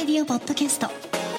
ディオポッドキャスト。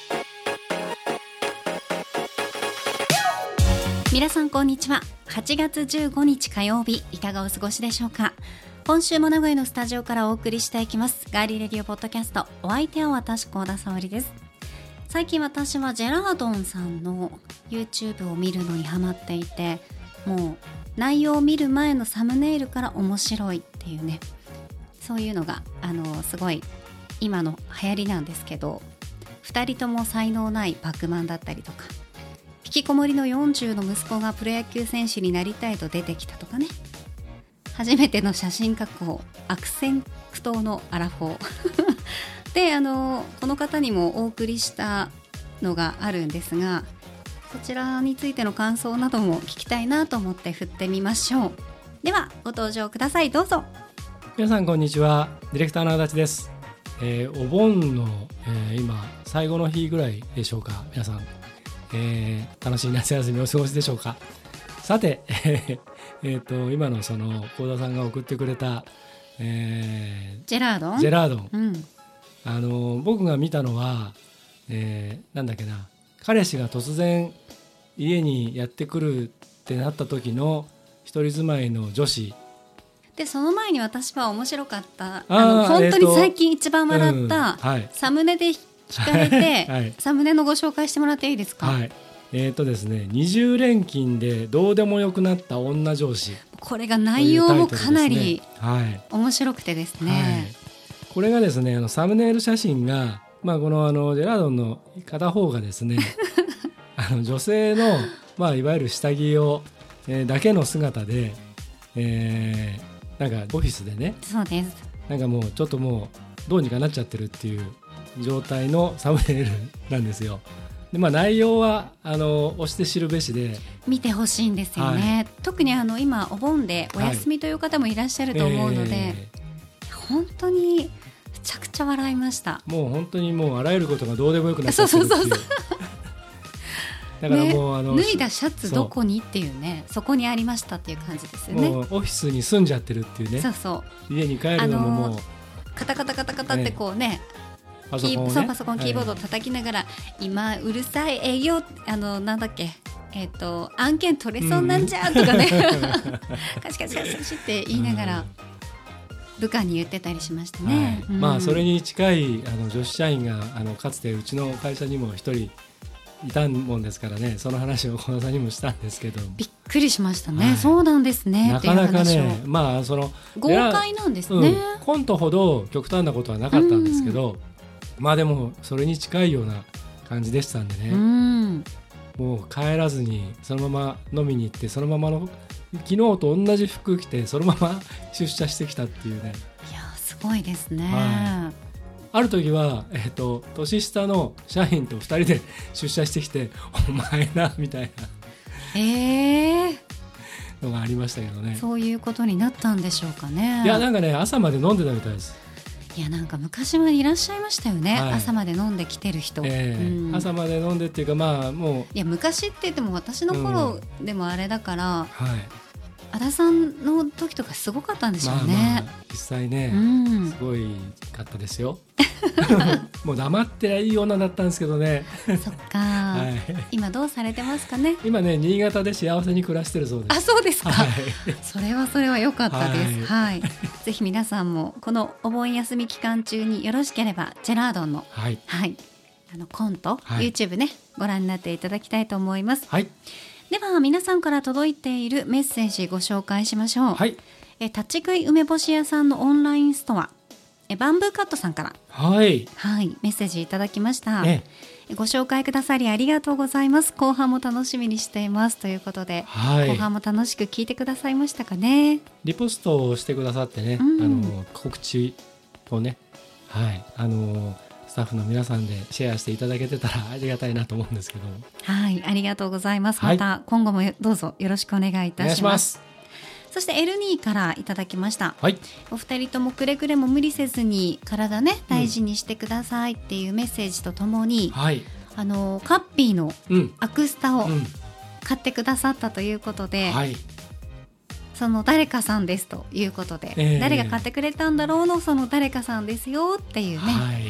皆さんこんにちは。8月15日火曜日、いかがお過ごしでしょうか。今週も名古屋のスタジオからお送りしていきますガーリーレディオポッドキャスト。お相手は私、幸田沙織です。最近私はジェラードンさんの YouTube を見るのにハマっていて、もう内容を見る前のサムネイルから面白いっていうね、そういうのがすごい今の流行りなんですけど、2人とも才能ないバックマンだったりとか、引きこもりの40の息子がプロ野球選手になりたいと出てきたとかね、初めての写真加工、悪戦苦闘のアラフォーで、この方にもお送りしたのがあるんですが、そちらについての感想なども聞きたいなと思って振ってみましょう。ではご登場ください、どうぞ。 皆さんこんにちは、ディレクターの足立です。お盆の、今最後の日ぐらいでしょうか。皆さん、楽しい夏休みお過ごしでしょうか。さて、今のその幸田さんが送ってくれた、 ジェラードン、 僕が見たのは、なんだっけな、彼氏が突然家にやってくるってなった時の一人住まいの女子で、その前に私は面白かった本当に最近一番笑った、サムネで聞かれて、はい、サムネのご紹介してもらっていいですか。 はい、ですね、20連勤でどうでもよくなった女上司。 これが内容もかなり面白くてですね、はい、 これがですね、サムネイル写真が、このジェラードンの片方がですね女性の、いわゆる下着を、だけの姿で、なんかオフィスでね、 そうです、 なんかもうちょっともうどうにかなっちゃってるっていう状態のサムネイルなんですよ。で、内容は押して知るべしで見てほしいんですよね、はい、特に今お盆でお休みという方もいらっしゃると思うので、本当にめちゃくちゃ笑いました。 もう本当にもうあらゆることがどうでもよくなっちゃってるっていう。だからもう、 脱いだシャツどこにっていうね、そこにありましたっていう感じですよね。 もうオフィスに住んじゃってるっていうね。 そうそう、 家に帰るのももうカタカタカタカタってこうね、パソコンキーボードを叩きながら、今うるさい営業なんだっけ、案件取れそうなんじゃとかね、カシカシカシカシって言いながら部下に言ってたりしましたね、 はい、それに近い女子社員がかつてうちの会社にも一人いたもんですからね、その話を小田さんにもしたんですけど、 びっくりしましたね、はい、そうなんですね、 なかなかね、その豪快なんですね、 コントほど極端なことはなかったんですけど、でもそれに近いような感じでしたんでね、もう帰らずにそのまま飲みに行って、そのままの昨日と同じ服着てそのまま出社してきたっていうね。 いやすごいですね、 はい、ある時は、年下の社員と2人で出社してきて、お前なみたいな、のがありましたけどね。 そういうことになったんでしょうかね。 いや、なんかね、朝まで飲んでたみたいです。 いや、なんか昔はいらっしゃいましたよね、はい、朝まで飲んできてる人、 朝まで飲んでっていうか、もう、 いや、昔って言っても私の頃でもあれだから、 はい、 足立さんの時とかすごかったんでしょうね。 実際ね、すごいかったですよもう黙ってりゃいい女だったんですけどねそっか、はい、今どうされてますかね。 今ね、新潟で幸せに暮らしてるそうです。 あ、そうですか、 はい、 それは良かったです、はい、ぜひ皆さんもこのお盆休み期間中によろしければジェラードンの、はいはい、コント、はい、YouTube ね、ご覧になっていただきたいと思います、はい、では皆さんから届いているメッセージご紹介しましょう、はい、立ち食い梅干し屋さんのオンラインストア、バンブーカットさんから、はいはい、メッセージいただきました、ご紹介くださりありがとうございます。後半も楽しみにしていますということで、はい、後半も楽しく聞いてくださいましたかね。 リポストをしてくださってね、告知をね、はい、スタッフの皆さんでシェアしていただけてたらありがたいなと思うんですけど、 はい、ありがとうございます。また今後もどうぞよろしくお願いいたします。そしてエルニーからいただきました、はい、お二人ともくれぐれも無理せずに体ね大事にしてくださいっていうメッセージとともに、はい、カッピーのアクスタを買ってくださったということで、はい、その誰かさんですということで、誰が買ってくれたんだろうのその誰かさんですよっていうね、はい、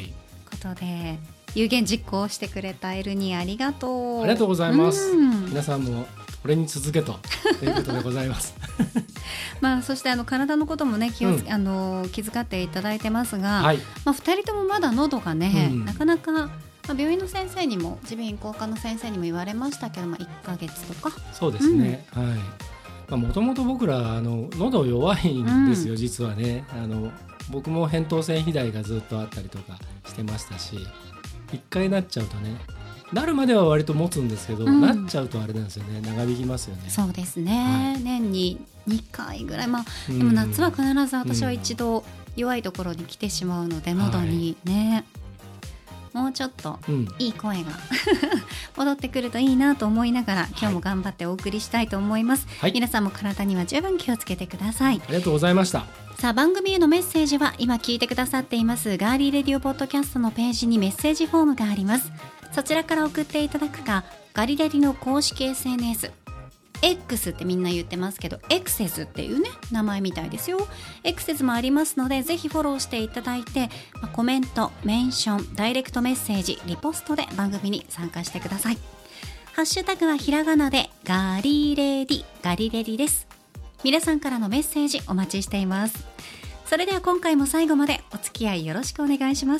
ことで有言実行してくれたエルニーありがとう。 ありがとうございます。皆さんもこれに続けということでございますそして体のこともね気遣っていただいてますが、2人ともまだ喉がね、なかなか、病院の先生にも耳鼻咽喉科の先生にも言われましたけど、1ヶ月とか。 そうですね、もともと僕ら喉弱いんですよ、実はね。僕も扁桃腺肥大がずっとあったりとかしてましたし、一回なっちゃうとね、なるまでは割と持つんですけど、なっちゃうとあれなんですよね、長引きますよね。 そうですね、年に2回ぐらい、でも夏は必ず私は一度弱いところに来てしまうので、喉にね、もうちょっといい声が戻ってくるといいなと思いながら、今日も頑張ってお送りしたいと思います。皆さんも体には十分気をつけてください。 ありがとうございました。 さあ、番組へのメッセージは今聞いてくださっていますガーリーレディオポッドキャストのページにメッセージフォームがあります。そちらから送っていただくか、ガリレディの公式 SNS X ってみんな言ってますけど、エクセスっていうね名前みたいですよ。エクセスもありますので、ぜひフォローしていただいて、コメント、メンション、ダイレクトメッセージ、リポストで番組に参加してください。ハッシュタグはひらがなでガリレディ、ガリレディです。皆さんからのメッセージお待ちしています。それでは今回も最後までお付き合いよろしくお願いします。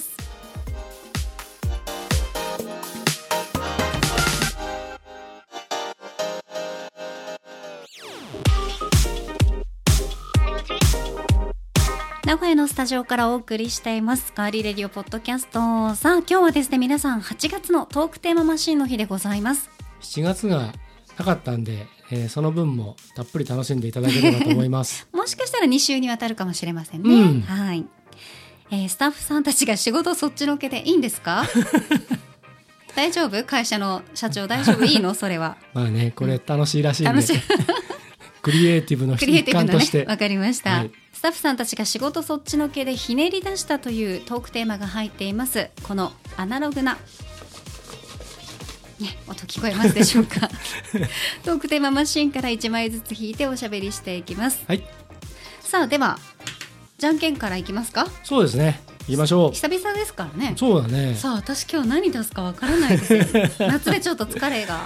名古屋のスタジオからお送りしていますガーリーレディオポッドキャスト。さあ、今日はですね、皆さん8月のトークテーママシンの日でございます。 7月がなかったんで、その分もたっぷり楽しんでいただければと思いますもしかしたら2週にわたるかもしれませんね、はい。スタッフさんたちが仕事そっちのけでいいんですか大丈夫？会社の社長大丈夫？いいの？それはこれ楽しいらしいんで、クリエイティブの一環として。 わかりました、スタッフさんたちが仕事そっちのけでひねり出したというトークテーマが入っています。このアナログな、音聞こえますでしょうかトークテーママシンから1枚ずつ引いておしゃべりしていきます。さあ、ではじゃんけんからいきますか。 そうですね、言いましょう。 久々ですからね。 そうだね。 さあ、私今日何出すかわからないですよ夏でちょっと疲れが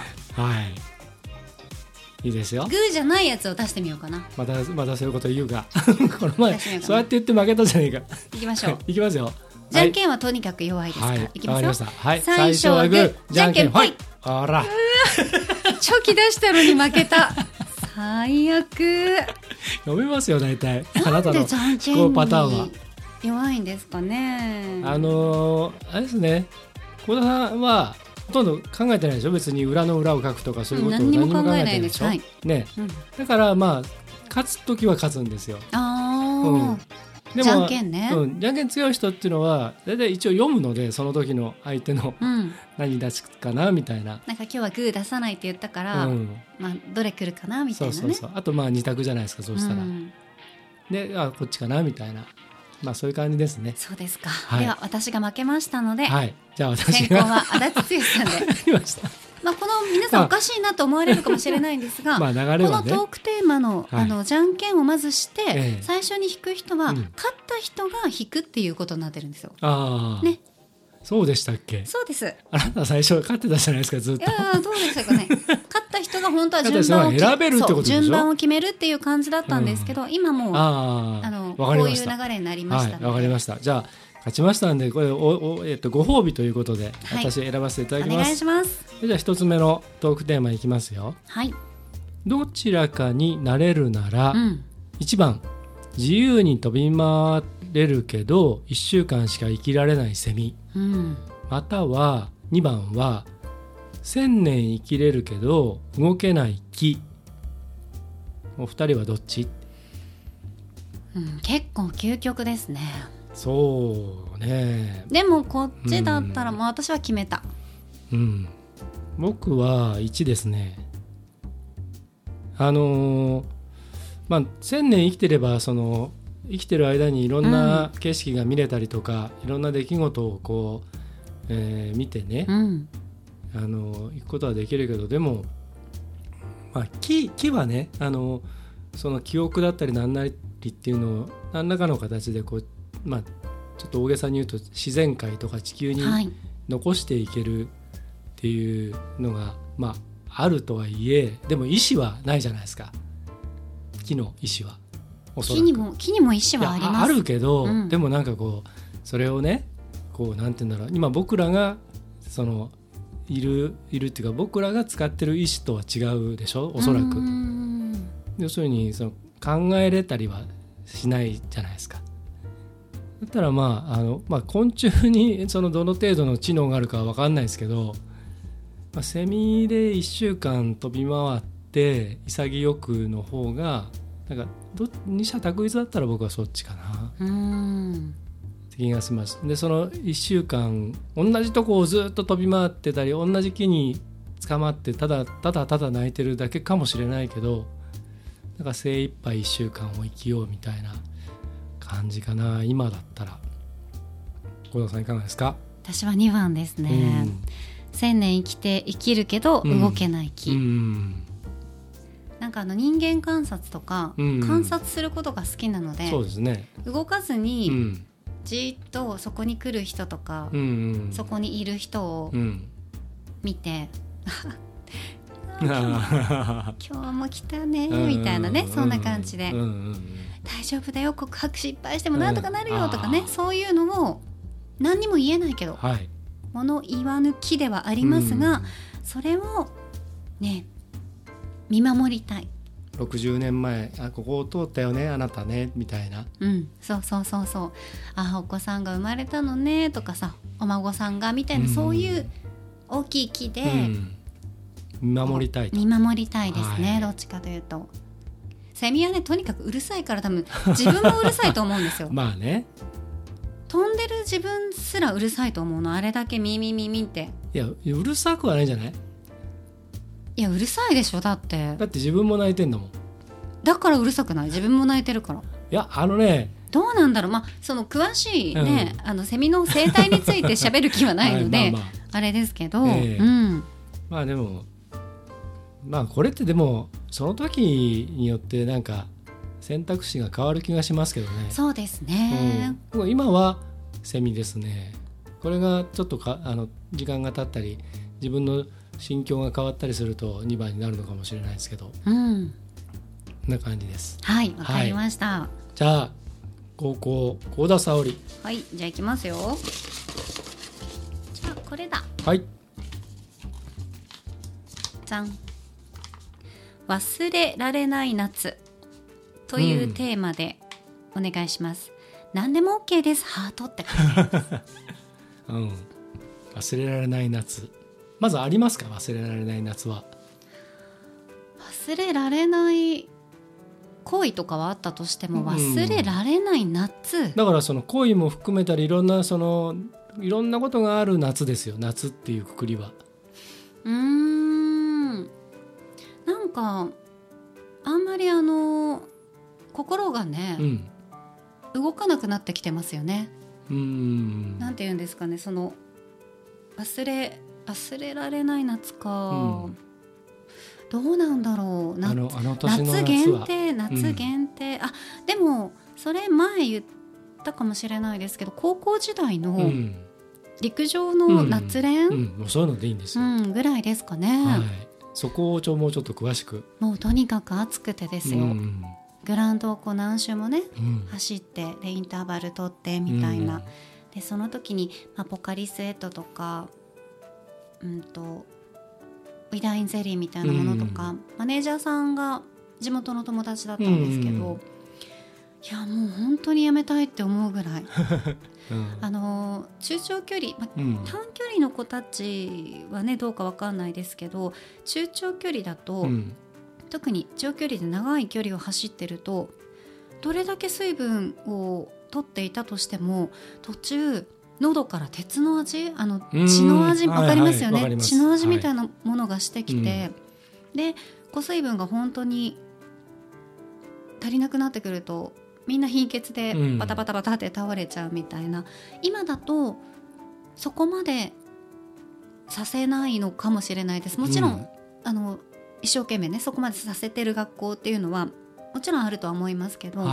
いいですよ。 グーじゃないやつを出してみようかな。 またそういうこと言うかこの前そうやって言って負けたじゃねえか。 いきましょういきますよ。 じゃんけんはとにかく弱いですから、いきますよ。 最初はグー、じゃんけんぽい。あらチョキ出したのに負けた最悪。 読めますよ大体。あななんたの思考パターンは弱いんですかね。 あれですね、幸田さんはほとんど考えてないでしょ。別に裏の裏を書くとかそういうことを何にも考えてないでしょ、ね、だから勝つときは勝つんですよ。でもじゃんけんね、 じゃんけん強い人っていうのは大体一応読むので、その時の相手の何出すかなみたいな、 なんか今日はグー出さないって言ったから、どれ来るかなみたいなね。 あと2択じゃないですか、そうしたら、でこっちかなみたいな、そういう感じですね。 そうですか、では私が負けましたので、 じゃあ私先行は足立剛さんで来ましたこの皆さんおかしいなと思われるかもしれないんですが、 流れはね、 このトークテーマの、じゃんけんをまずして、最初に引く人は、勝った人が引くっていうことになってるんですよ。ね、そうでしたっけ。そうです。 あなた最初勝ってたじゃないですか、ずっと。 いやどうでしたかね勝った人が本当は順番を決めるっていう感じだったんですけど、今もうこういう流れになりましたので。 わかりました。じゃあ勝ちましたんで、これご褒美ということで、私選ばせていただきます。 お願いします。 じゃあ一つ目のトークテーマいきますよ。どちらかになれるなら、1番自由に飛び回れるけど1週間しか生きられないセミ、または2番は1000年生きれるけど動けない木。お二人はどっち？ 結構究極ですね。 そうね。 でもこっちだったらもう私は決めた。 僕は1ですね。1000年生きてれば、生きてる間にいろんな景色が見れたりとか、いろんな出来事をこう、見てね、行くことはできるけど、でも、木はね、その記憶だったり何なりっていうのを何らかの形でこう、 ちょっと大げさに言うと自然界とか地球に残していけるっていうのが、まあ、あるとはいえでも意志はないじゃないですか。木の意志はおそらく木にも意志はあります。 あるけど、 うん、 でもなんかこうそれをねこうなんて言うんだろう、今僕らがそのいるっていうか僕らが使ってる意志とは違うでしょおそらく。要するにその考えれたりはしないじゃないですか。だったらまあ昆虫にそのどの程度の知能があるかは分かんないですけど、セミで1週間飛び回って潔くの方がなんか二者択一だったら僕はそっちかなって気がします。でその1週間同じとこをずっと飛び回ってたり同じ木に捕まってただ泣いてるだけかもしれないけど、なんか精一杯1週間を生きようみたいな感じかな今だったら。小田さんいかがですか？ 私は2番ですね、1000年生きるけど動けない木、なんか人間観察とか、観察することが好きなので、 そうですね、 動かずに、じっとそこに来る人とか、そこにいる人を見て、今日も来たねみたいなね、そんな感じで、大丈夫だよ告白失敗してもなんとかなるよとかね、そういうのを何にも言えないけど、物言わぬ木ではありますが、それをね見守りたい。 60年前ここを通ったよねあなたねみたいな、 そうお子さんが生まれたのねとかさ、お孫さんがみたいな、そういう大きい木で、 見守りたいですね、どっちかというと。セミはねとにかくうるさいから多分自分もうるさいと思うんですよまあね、 飛んでる自分すらうるさいと思うの、あれだけミミミミって。 いやうるさくはないんじゃない？ いやうるさいでしょ、だって自分も泣いてんだもん。 だからうるさくない？自分も泣いてるから。 いやどうなんだろう、その詳しいね、セミの生態について喋る気はないのであれですけど、 でもこれってでもその時によってなんか選択肢が変わる気がしますけどね。 そうですね、 今はセミですね。これがちょっと時間が経ったり自分の心境が変わったりすると2番になるのかもしれないですけど、こんな感じです。 はい、わかりました、 じゃあ高校幸田沙織。 はい、じゃあいきますよ。じゃあこれだ。 はい、 じゃん。忘れられない夏というテーマでお願いします、何でも OK です。ハートって書いてあります、 忘れられない夏、まずありますか？忘れられない夏は。 忘れられない恋とかはあったとしても、忘れられない夏、 だからその恋も含めたりいろんなことがある夏ですよ。夏っていうくくりは。 なんかあんまり心がね、動かなくなってきてますよね。なんて言うんですかね、その忘れられない夏か、どうなんだろう。夏限定、でもそれ前言ったかもしれないですけど、高校時代の陸上の夏練、 そういうのでいいんですよ、 ぐらいですかね、 そこをもうちょっと詳しく。 もうとにかく暑くてですよ、グラウンドを何周もね、走ってでインターバル取ってみたいな、でその時に、ポカリスエットとかウィダインゼリーみたいなものとか、マネージャーさんが地元の友達だったんですけど、いやもう本当にやめたいって思うぐらい中長距離、短距離の子たちはねどうか分かんないですけど、中長距離だと、特に長距離で長い距離を走ってると、どれだけ水分を取っていたとしても途中喉から鉄の味、血の味、分かりますよね、血の味みたいなものがしてきて、で水分が本当に足りなくなってくるとみんな貧血でバタバタバタって倒れちゃうみたいな、今だとそこまでさせないのかもしれないです。もちろん、一生懸命ねそこまでさせてる学校っていうのはもちろんあるとは思いますけど、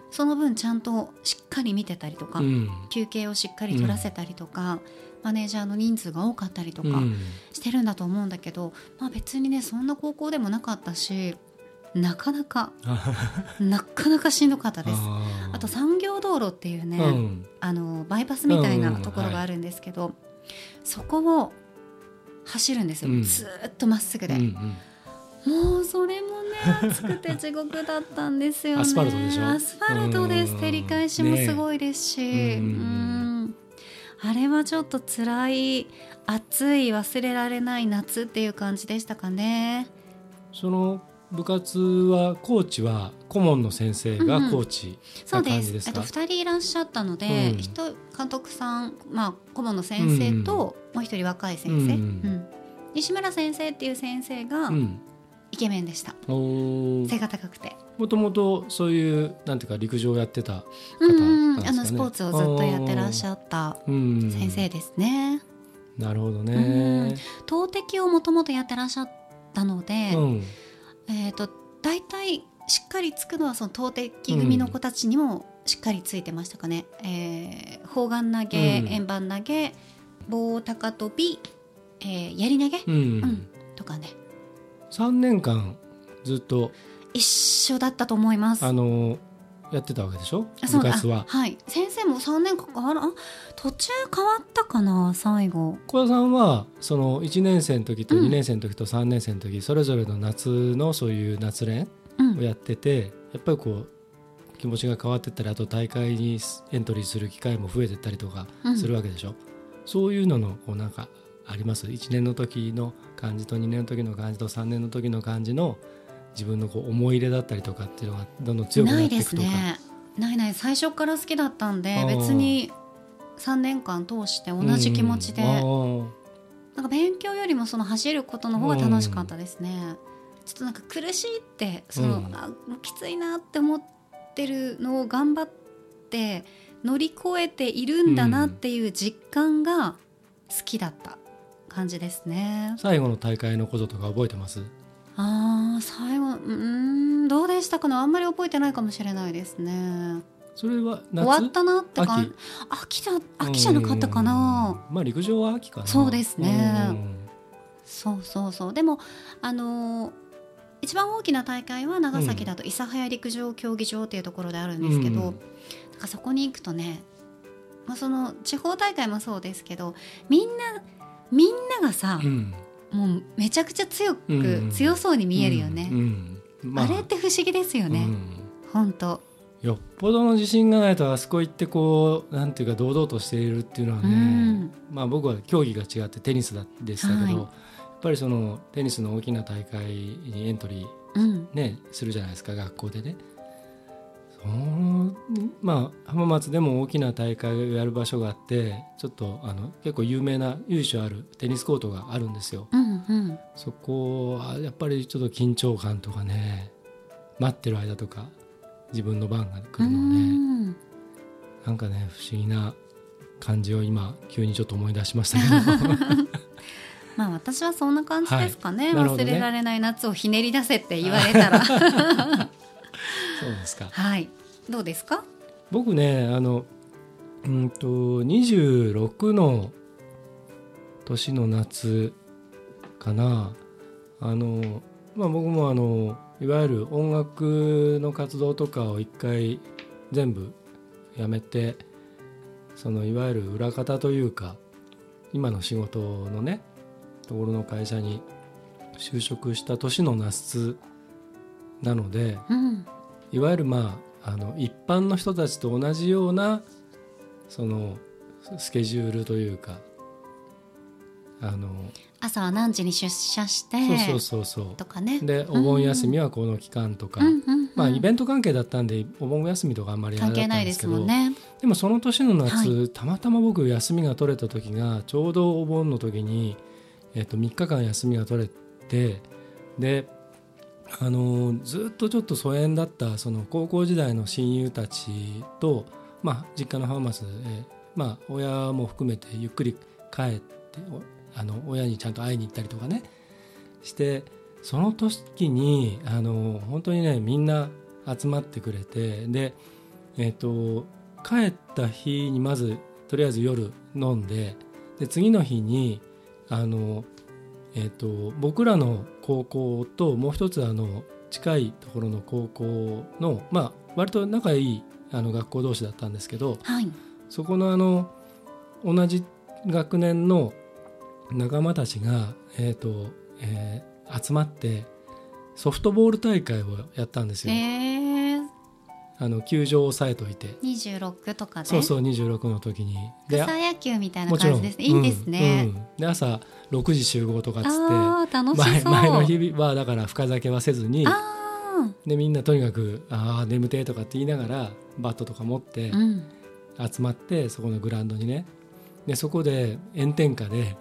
その分ちゃんとしっかり見てたりとか、休憩をしっかり取らせたりとか、マネージャーの人数が多かったりとかしてるんだと思うんだけど、別にねそんな高校でもなかったし、なかなかしんどかったです。あと産業道路っていうね、バイパスみたいなところがあるんですけど、そこを走るんですよ、ずっとまっすぐで、もうそれもね暑くて地獄だったんですよね。 アスファルトでしょ。 アスファルトです。照り返しもすごいですし、あれはちょっと辛い、暑い、忘れられない夏っていう感じでしたかね。 その部活はコーチは顧問の先生がコーチな感じですか？ そうです。2人いらっしゃったので、監督さん、顧問の先生と、もう一人若い先生、西村先生っていう先生がイケメンでした。背が高くて、 もともとそういうなんていうか陸上をやってた方なんですかね。 スポーツをずっとやってらっしゃった先生ですね。 なるほどね。 投擲をもともとやってらっしゃったので、だいたいしっかりつくのはその投擲組の子たちにもしっかりついてましたかね。砲丸投げ、円盤投げ、棒高跳び、やり投げ、とかね。 3年間ずっと一緒だったと思います。 やってたわけでしょ、部活は。 はい、先生も3年間途中変わったかな。最後小田さんはその1年生の時と2年生の時と3年生の時、それぞれの夏のそういう夏練をやってて、やっぱりこう気持ちが変わってったり、あと大会にエントリーする機会も増えてったりとかするわけでしょ、そういうののこうなんかあります？ 1 年の時の感じと2年の時の感じと3年の時の感じの自分のこう思い入れだったりとかっていうのがどんどん強くなっていくとか。 ない最初から好きだったんで、別に3年間通して同じ気持ちで、なんか勉強よりもその走ることの方が楽しかったですね。ちょっとなんか苦しいってもうきついなって思ってるのを頑張って乗り越えているんだなっていう実感が好きだった感じですね。 最後の大会のこととか覚えてます？ 最後どうでしたかね。あんまり覚えてないかもしれないですね。 それは夏、 終わったなって秋じゃなかったかな。 陸上は秋かな。 そうですね。そうでも一番大きな大会は長崎だと諫早陸上競技場っていうところであるんですけど、なんかそこに行くとね、その地方大会もそうですけど、みんながさ、もうめちゃくちゃ強そうに見えるよね。あれって不思議ですよね、本当。 よっぽどの自信がないとあそこ行ってこうなんていうか堂々としているっていうのはね、僕は競技が違ってテニスでしたけど、やっぱりそのテニスの大きな大会にエントリー、するじゃないですか、学校でね。浜松でも大きな大会をやる場所があって、ちょっと結構有名な由緒あるテニスコートがあるんですよ、そこはやっぱりちょっと緊張感とかね、待ってる間とか自分の番が来るのね、なんかね不思議な感じを今急にちょっと思い出しましたけど私はそんな感じですかね、忘れられない夏をひねり出せって言われたらそうですか。 どうですか？ 僕ね26の年の夏かな。僕もいわゆる音楽の活動とかを一回全部やめて、そのいわゆる裏方というか今の仕事のねところの会社に就職した年の夏なので、いわゆる一般の人たちと同じようなそのスケジュールというか、 朝は何時に出社してとかね、 でお盆休みはこの期間とか、イベント関係だったんでお盆休みとかあんまり関係ないですもんね。でもその年の夏、たまたま僕休みが取れた時がちょうどお盆の時に、3日間休みが取れて、でずっとちょっと疎遠だったその高校時代の親友たちと、実家の浜松へ、親も含めてゆっくり帰って親にちゃんと会いに行ったりとかねして、その時に本当にねみんな集まってくれて、で帰った日にまずとりあえず夜飲んで、次の日に僕らの高校ともう一つ近いところの高校の、割と仲いい学校同士だったんですけど、 はい、 そこの同じ学年の仲間たちが、集まってソフトボール大会をやったんですよ。球場を押さえといて 26とかで、 そう26の時に草野球みたいな感じですね。いいですね、 で朝6時集合とかっつって楽しそう。 前の日はだから深酒はせずに、でみんなとにかく眠てとかって言いながらバットとか持って集まって、そこのグラウンドにね、でそこで炎天下で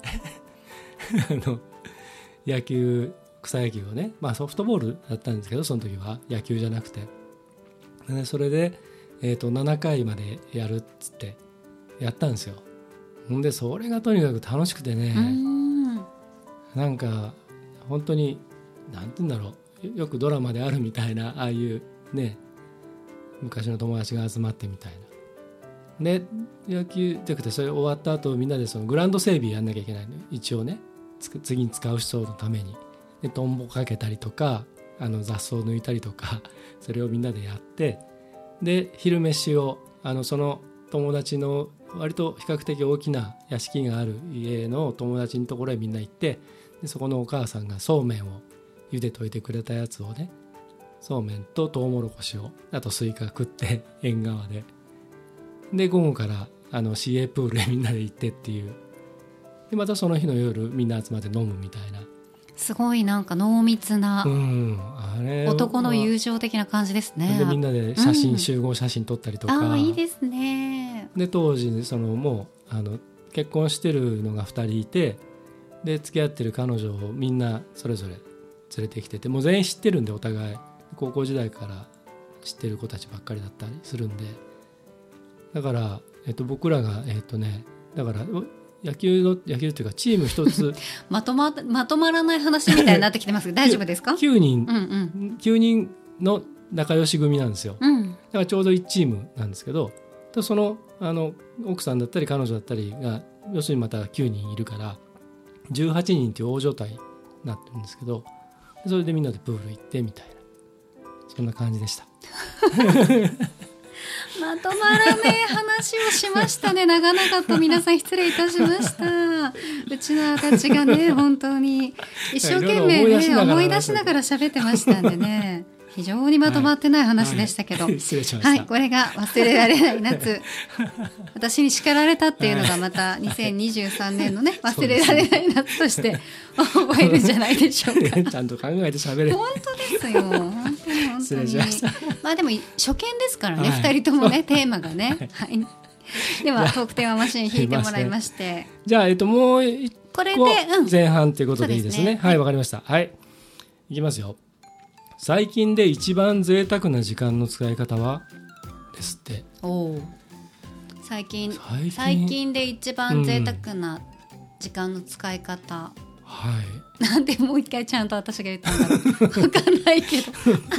草野球をね、ソフトボールだったんですけど、その時は野球じゃなくて、でそれで、7回までやるっつってやったんですよ。ほんでそれがとにかく楽しくてね、なんか本当になんて言うんだろう、よくドラマであるみたいな、ああいうね昔の友達が集まってみたいな。で野球じゃなくて、それ終わった後みんなでそのグラウンド整備やんなきゃいけないの、一応ね次に使う人のために。でトンボかけたりとか雑草抜いたりとか、それをみんなでやって、で昼飯をその友達の割と比較的大きな屋敷がある家の友達のところへみんな行って、でそこのお母さんがそうめんを茹でといてくれたやつをね、そうめんとトウモロコシをあとスイカ食って縁側で午後から市営プールへみんなで行ってっていう、でまたその日の夜みんな集まって飲むみたいな、 すごいなんか濃密な、男の友情的な感じですね。 でみんなで集合写真撮ったりとか、 いいですね。 で当時もう結婚してるのが2人いて、で付き合ってる彼女をみんなそれぞれ連れてきてて、もう全員知ってるんで、お互い高校時代から知ってる子たちばっかりだったりするんで、だから、僕らがだから野球っていうかチーム一つまとまらない話みたいになってきてますけど大丈夫ですか ？9人の仲良し組なんですよ、だからちょうど1チームなんですけど、その奥さんだったり彼女だったりが要するにまた9人いるから18人っていう大所帯になってるんですけど、それでみんなでプール行ってみたいな、そんな感じでした。 まとまらねえ話をしましたね。長々と皆さん失礼いたしました。うちのたちがね本当に一生懸命ね思い出しながら喋ってましたんでね、非常にまとまってない話でしたけど、 失礼しました。 これが忘れられない夏私に叱られたっていうのがまた2023年のね忘れられない夏として覚えるんじゃないでしょうか。 ちゃんと考えて喋れ。 本当ですよ、本当に失礼しました。 でも初見ですからね、2人ともねテーマがね、ではトークテーママシン引いてもらいまして、 じゃあもう一個これで、 前半ということでいいですね。はい、わかりました。はい、いきますよ。最近で一番贅沢な時間の使い方はですって。 最近で一番贅沢な時間の使い方、なんでもう一回ちゃんと私が言ったんだろう分かんないけど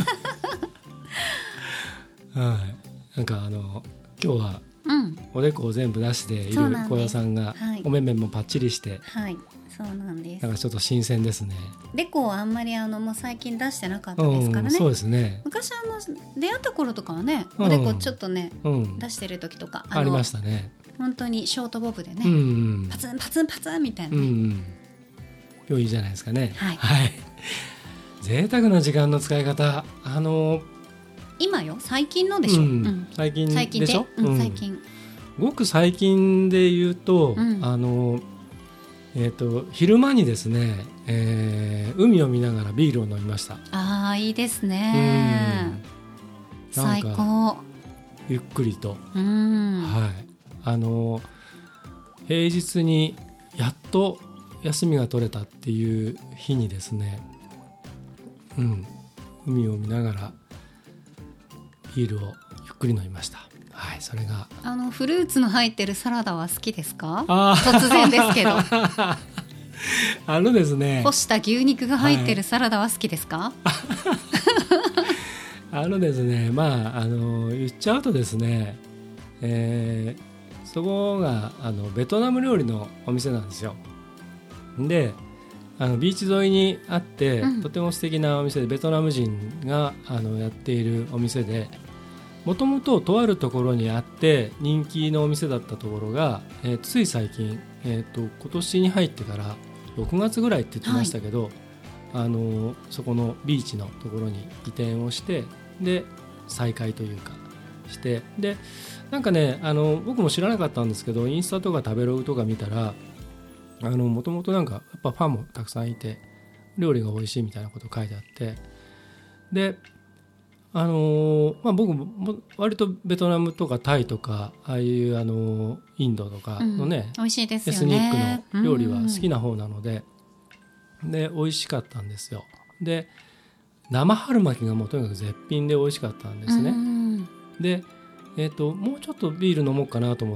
なんか今日はおでこを全部出している小屋さんが、お目々もパッチリして、 そうなんです。 なんかちょっと新鮮ですね。 デコをあんまりもう最近出してなかったですからね。 そうですね。 昔出会った頃とかはね、おでこちょっとね、出してる時とかありましたね。 本当にショートボブでね、パツンパツンパツンみたいなね、 良いじゃないですかね。贅沢な時間の使い方、 今よ、最近のでしょ。 最近でしょ。 最近。 ごく最近で言うと、昼間にですね、海を見ながらビールを飲みました。 いいですね。最高。 ゆっくりと。平日にやっと休みが取れたっていう日にですね、海を見ながらビールをゆっくり飲みました。それがフルーツの入ってるサラダは好きですか？突然ですけどですね、 干した牛肉が入ってるサラダは好きですか？ ですね、言っちゃうとですね、そこがベトナム料理のお店なんですよ。でビーチ沿いにあって、とても素敵なお店で、ベトナム人がやっているお店で、もともととあるところにあって人気のお店だったところが、つい最近、今年に入ってから6月ぐらいって言ってましたけど、そこのビーチのところに移転をして、で再開というかして、でなんかね、僕も知らなかったんですけど、インスタとか食べログとか見たら、もともとなんかやっぱファンもたくさんいて、料理が美味しいみたいなこと書いてあって、で僕も割とベトナムとかタイとか、ああいうインドとかのね、 美味しいですよね、 エスニックの料理は好きな方なので、で美味しかったんですよ。で生春巻きがもうとにかく絶品で美味しかったんですね。で、もうちょっとビール飲もうかなと思って、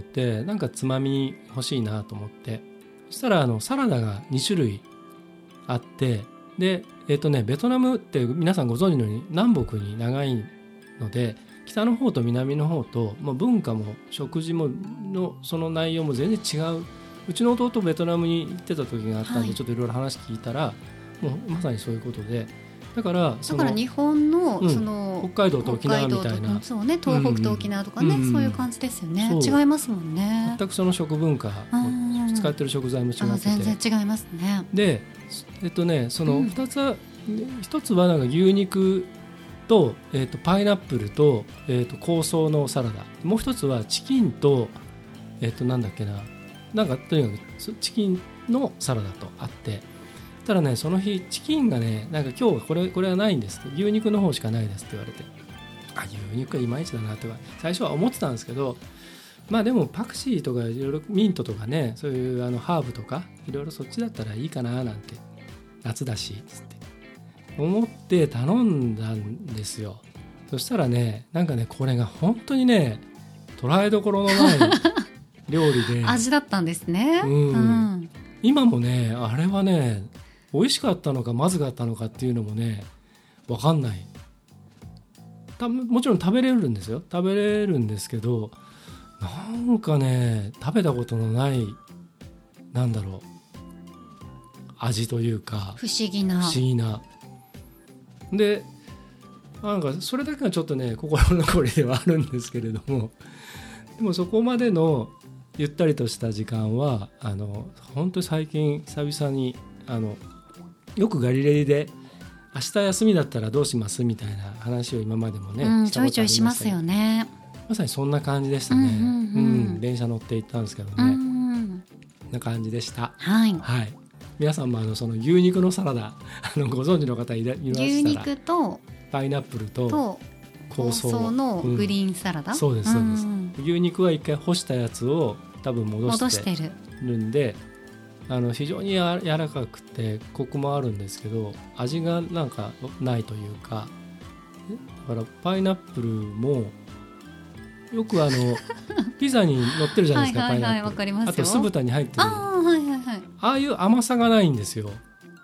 なんかつまみ欲しいなと思って、そしたらサラダが2種類あって、でベトナムって皆さんご存知のように南北に長いので、北の方と南の方と、文化も食事ものその内容も全然違う。うちの弟ベトナムに行ってた時があったんで、ちょっといろいろ話聞いたら、もうまさにそういうことで、だから日本の、その北海道と沖縄みたいな、 そうね、東北と沖縄とかね、そういう感じですよね。違いますもんね。 全くその食文化、使ってる食材も違ってて、 全然違いますね。 でその2つは、1つはなんか牛肉と、パイナップルと、香草のサラダ、もう1つはチキンと、なんだっけな、なんかとにかくチキンのサラダとあって、ただね、その日チキンがね、なんか今日これはないんですって、牛肉の方しかないですって言われて、牛肉はいまいちだなとか最初は思ってたんですけど、でもパクチーとかいろいろミントとかね、そういうハーブとかいろいろそっちだったらいいかななんて、夏だしつって思って頼んだんですよ。そしたらね、なんかね、これが本当にね、捉えどころのない料理で味だったんですね。 今もね、あれはね、美味しかったのかまずかったのかっていうのもね、分かんない。もちろん食べれるんですよ、食べれるんですけど、なんかね、食べたことのない、なんだろう、味というか、 不思議なで、なんかそれだけがちょっとね、心残りではあるんですけれども、でもそこまでのゆったりとした時間は本当に最近久々によくガリレディで明日休みだったらどうしますみたいな話を今までもね、 ちょいちょいしますよね。 まさにそんな感じでしたね。電車乗って行ったんですけどね、な感じでした。 はい、 皆さんもその牛肉のサラダご存知の方いらっしゃら、 牛肉とパイナップルと香草のグリーンサラダ、 そうですそうです。牛肉は一回干したやつを多分戻してるんで、非常に柔らかくてコクもあるんですけど、味がなんかないというか、だからパイナップルもよくピザに乗ってるじゃないですか。パイナップル、わかりますよ。あと酢豚に入ってる、ああいう甘さがないんですよ。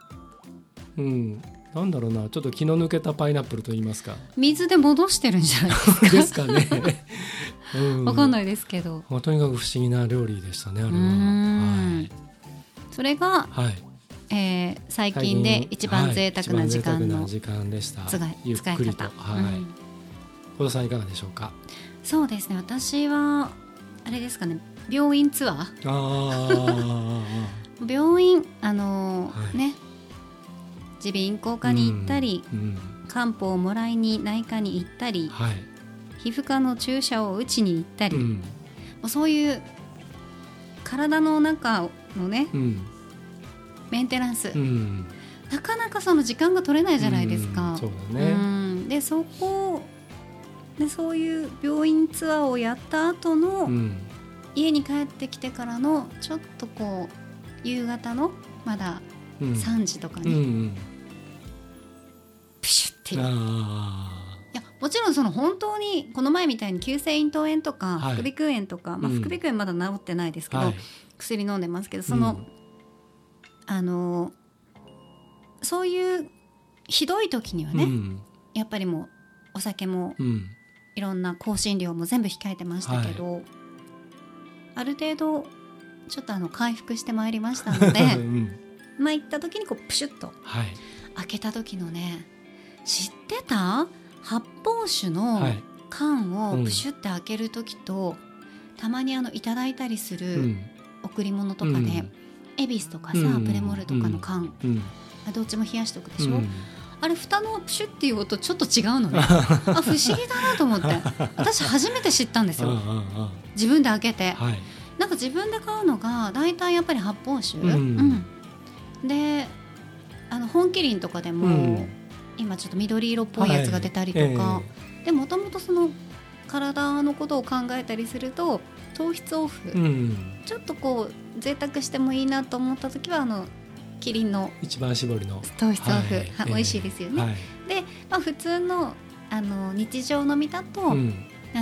なんだろうな、ちょっと気の抜けたパイナップルと言いますか、 水で戻してるんじゃないですかですかね。 わかんないですけど、 とにかく不思議な料理でしたね、あれは。 それが、最近で一番贅沢な時間の時間でした。 ゆっくりと。 小田さんいかがでしょうか。 そうですね、私はあれですかね、病院ツアー病院ね、耳鼻咽喉科に行ったり、漢方をもらいに内科に行ったり、皮膚科の注射を打ちに行ったり、そういう体の中のね、メンテナンス、なかなかその時間が取れないじゃないですか。 そうだね。 でそこでそういう病院ツアーをやった後の、家に帰ってきてからのちょっとこう夕方のまだ3時とかに、プシュっていう、いやもちろんその本当にこの前みたいに急性咽頭炎とか副鼻腔炎とか、副鼻腔炎まだ治ってないですけど、薬飲んでますけど、その、そういうひどい時にはね、やっぱりもうお酒もうんいろんな香辛料も全部控えてましたけど、ある程度ちょっと回復してまいりましたので、 うんまあ行った時にこうプシュッとはい開けた時のね、知ってた？発泡酒のはい缶をプシュッて開ける時と、たまにいただいたりすうるん贈り物とかで、 うんエビスとかさ、 うんプレモルとかの缶、 うんどっちも冷やしとくでしょ、 うんあれ蓋のプシュッっていう音ちょっと違うのね不思議だなと思って私初めて知ったんですよ、 うんうんうん自分で開けて、 はいなんか自分で買うのが大体やっぱり発泡酒、 うんで本麒麟とかでも、 うん今ちょっと緑色っぽいやつが出たりとか、 はいでもともとその体のことを考えたりすると糖質オフ、 うんちょっとこう贅沢してもいいなと思った時はキリンの一番搾りの糖質オフ、 はい美味しいですよね、 はいで、普通の日常飲みだとうん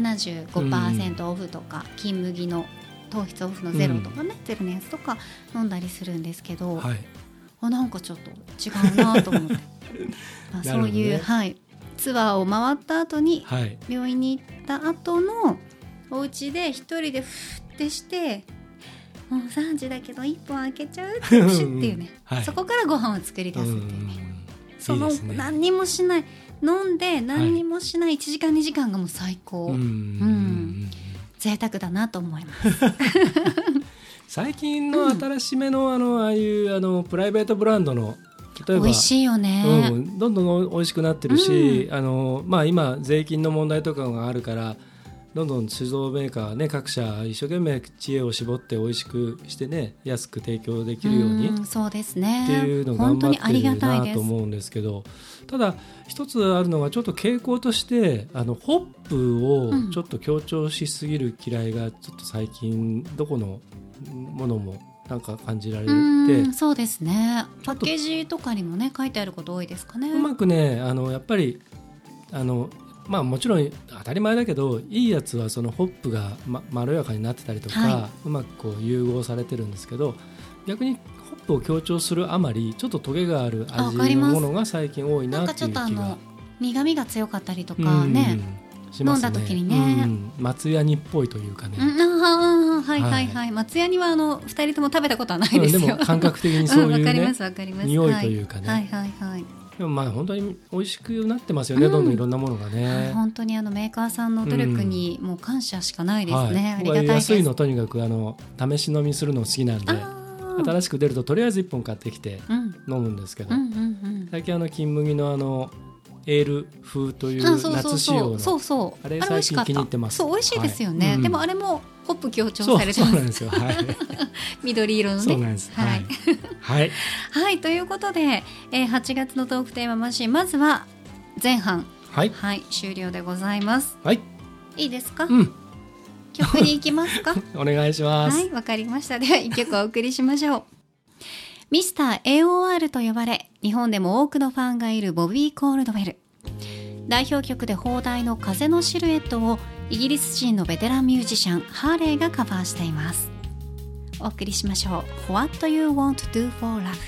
75% オフとか、金麦の糖質オフのゼロとかね、ゼロのやつとか飲んだりするんですけど、 はいなんかちょっと違うなと思ってそういう、 なるほどねツアーを回った後にはい病院に行った後のお家で一人でふってしてもう3時だけど1本開けちゃうってプシュっていうね、 はいそこからご飯を作り出すっていうね、そのいいですね何にもしない飲んで何にもしない1時間2時間がもう最高、贅沢だなと思います最近の新しめのああいうプライベートブランドの例えば美味しいよね、 どんどん美味しくなってるし、今税金の問題とかがあるからどんどん酒造メーカーね各社一生懸命知恵を絞って美味しくしてね安く提供できるようにそうですねっていうのを頑張ってありがるたいですなと思うんですけど、ただ一つあるのがちょっと傾向としてホップをちょっと強調しすぎる嫌いがちょっと最近どこのものもなんか感じられて、 そうですね、パッケージとかにもね書いてあること多いですかね。 うまくねやっぱりもちろん当たり前だけどいいやつはそのホップが、まろやかになってたりとか、 はうまくこう融合されてるんですけど、逆にホップを強調するあまりちょっとトゲがある味のものが最近多いなっていう気が。 なんかちょっと苦味が強かったりとかね、 しますね、 飲んだ時にね、 松ヤニっぽいというかね、 はいはいはい、松ヤニは2人とも食べたことはないですよ、 でも感覚的にそういうね、 わかりますわかります、 匂いというかね、 はいはいはい、 でも本当に美味しくなってますよね、どんどんいろんなものがね、 本当にメーカーさんの努力にもう感謝しかないですね、ありがたいです。 安いのとにかく試し飲みするの好きなんで、新しく出るととりあえず1本買ってきて飲むんですけど、最近金麦のエール風という夏仕様のあれ最近気に入ってます。 そう美味しいですよね、でもあれもホップ強調されてます。 そうなんですよ、はい、 緑色のね、 そうなんです、はいはいはい、ということで、8月のトークテーママシン、まずは前半、 はい終了でございます。 はいいいですか、曲に行きますかお願いします。 はい、わかりました。では1曲お送りしましょう。ミスター AOR と呼ばれ、日本でも多くのファンがいるボビー・コールドウェル。代表曲で放題の風のシルエットをイギリス人のベテランミュージシャンハーレーがカバーしています。お送りしましょう。 What do you want to do for love?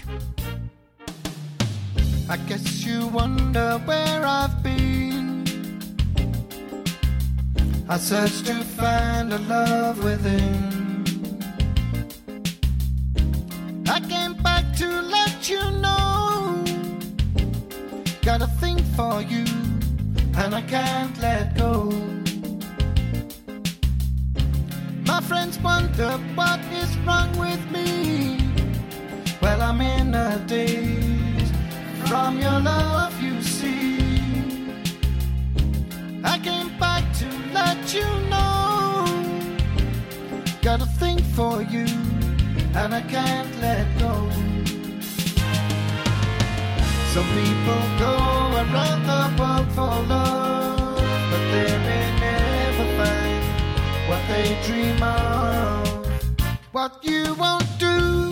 I guess you wonder where I've been. I searched to find a love within. I came back to let you know. Got a thing for you, and I can't let go. My friends wonder what is wrong with me. Well, I'm in a daze from your love, you see. I came back to let you know. Got a thing for you, and I can't let go. Some people go around the world for love, but they may never find what they dream of. What you won't do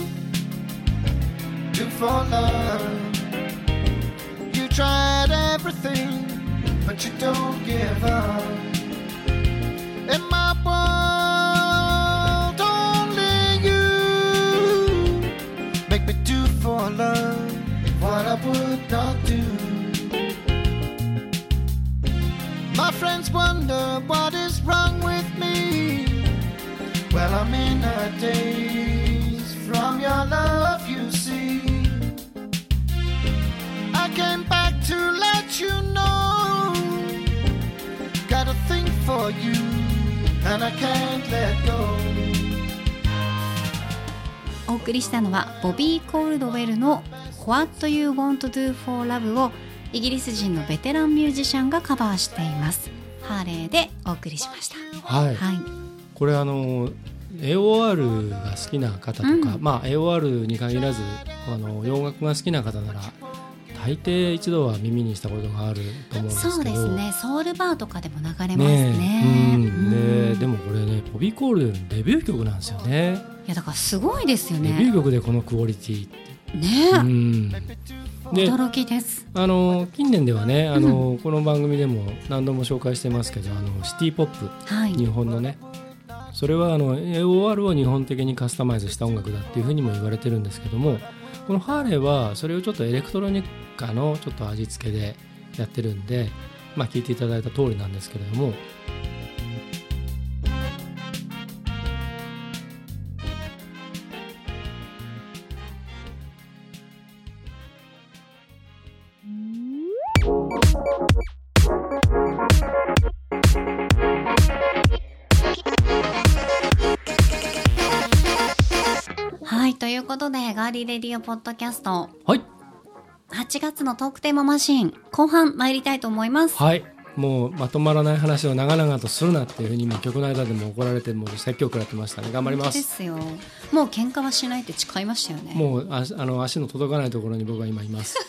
for love. You tried everything, but you don't give up. In my world, only you make me do for love what I would not do. friends wonder what is wrong with me. Well, I'm in a daze from your love, you see. I came back to let you know. Got a thing for you, and I can't let go. お送りしたのはボビー・コールドウェルの What You Want to Do for Love をイギリス人のベテランミュージシャンがカバーしています。ハーレーでお送りしました。 はい、はい、これAOR が好きな方とか、AOR に限らず洋楽が好きな方なら大抵一度は耳にしたことがあると思うんですけど。 そうですね、ソウルバーとかでも流れますね。 でもこれね、ボビー・コールドウェルのデビュー曲なんですよね。 いやだからすごいですよね。 デビュー曲でこのクオリティね、驚きです。 近年ではね、この番組でも何度も紹介してますけど、シティポップ、日本のね、それはAOR を日本的にカスタマイズした音楽だっていうふうにも言われてるんですけども、このハーレーはそれをちょっとエレクトロニカのちょっと味付けでやってるんで、聞いていただいた通りなんですけれども、 ということでガーリーレディオポッドキャスト、 はい、 8月のトークテーママシーン後半参りたいと思います。 はい、もうまとまらない話を長々とするなっていうふうに今曲の間でも怒られて、もう説教食らってましたね。頑張ります。 ですよ。もう喧嘩はしないって誓いましたよね。 もう足の届かないところに僕は今います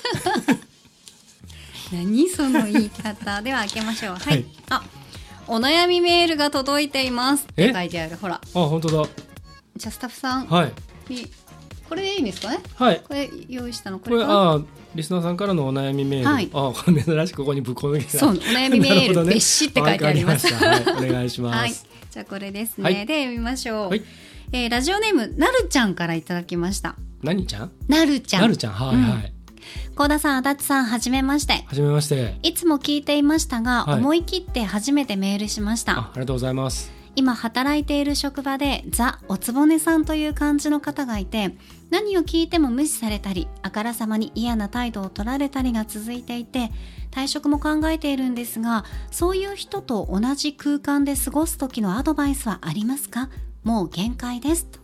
何その言い方では開けましょう。はい、お悩みメールが届いていますって書いてある。ほら、 本当だ。 じゃあスタッフさん、これでいいんですかね。 はい、 これ用意したのこれか。 リスナーさんからのお悩みメール、これ珍しくここにぶっ込んできた。 そう、お悩みメール別紙って書いてあります。 お願いします。 じゃあこれですね、で読みましょう。ラジオネームなるちゃんからいただきました。 何ちゃん？ なるちゃん。 なるちゃん、はい。 幸田さん、足立さん、はじめまして。 はじめまして。 いつも聞いていましたが、思い切って初めてメールしました。 ありがとうございます。 今働いている職場でザ・おつぼねさんという感じの方がいて、何を聞いても無視されたり、あからさまに嫌な態度を取られたりが続いていて、退職も考えているんですが、そういう人と同じ空間で過ごす時のアドバイスはありますか？もう限界ですと。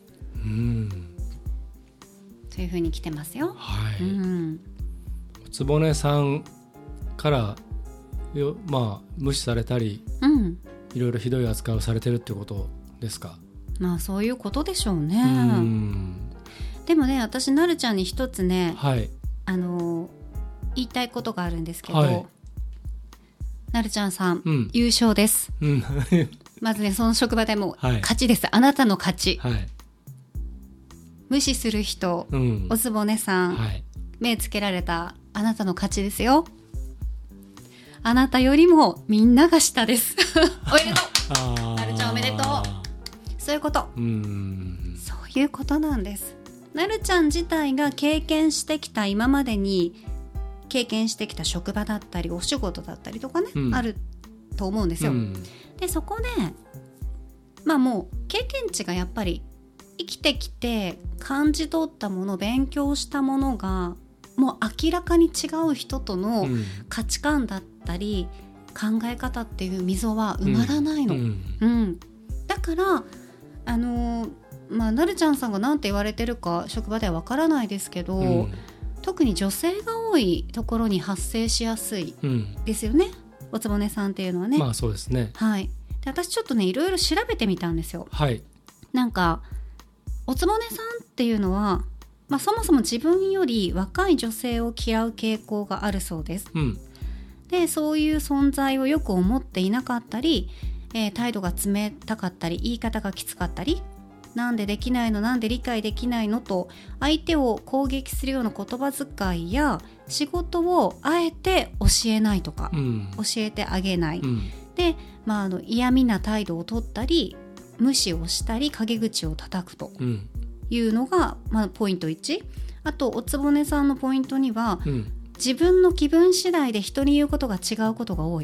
というふうに来てますよ。 おつぼねさんから無視されたり、いろいろひどい扱いをされてるってことですか？ そういうことでしょうね。でもね、私なるちゃんに一つね、言いたいことがあるんですけど、なるちゃんさん、優勝です。まずね、その職場でも勝ちです。あなたの勝ち。無視する人、おつぼねさん、目つけられたあなたの勝ちですよ。あなたよりもみんなが下です。おめでとう。なるちゃんおめでとう。そういうこと。そういうことなんです。なるちゃん自体が経験してきた、今までに経験してきた職場だったりお仕事だったりとかね、あると思うんですよ。でそこでもう経験値がやっぱり生きてきて感じ取ったもの、勉強したものがもう明らかに違う人との価値観だったり、考え方っていう溝は埋まらないの。だからなるちゃんさんが何て言われてるか職場ではわからないですけど、特に女性が多いところに発生しやすいですよね、おつぼねさんっていうのはね。 そうですね。 で私ちょっとね、いろいろ調べてみたんですよ。なんかおつぼねさんっていうのは、そもそも自分より若い女性を嫌う傾向があるそうです。でそういう存在をよく思っていなかったり、態度が冷たかったり、言い方がきつかったり、なんでできないの、なんで理解できないのと相手を攻撃するような言葉遣いや仕事をあえて教えないとか、教えてあげない、で、嫌味な態度を取ったり無視をしたり陰口を叩くというのが、ポイント1。あとおつぼねさんのポイントには、自分の気分次第で人に言うことが違うことが多い。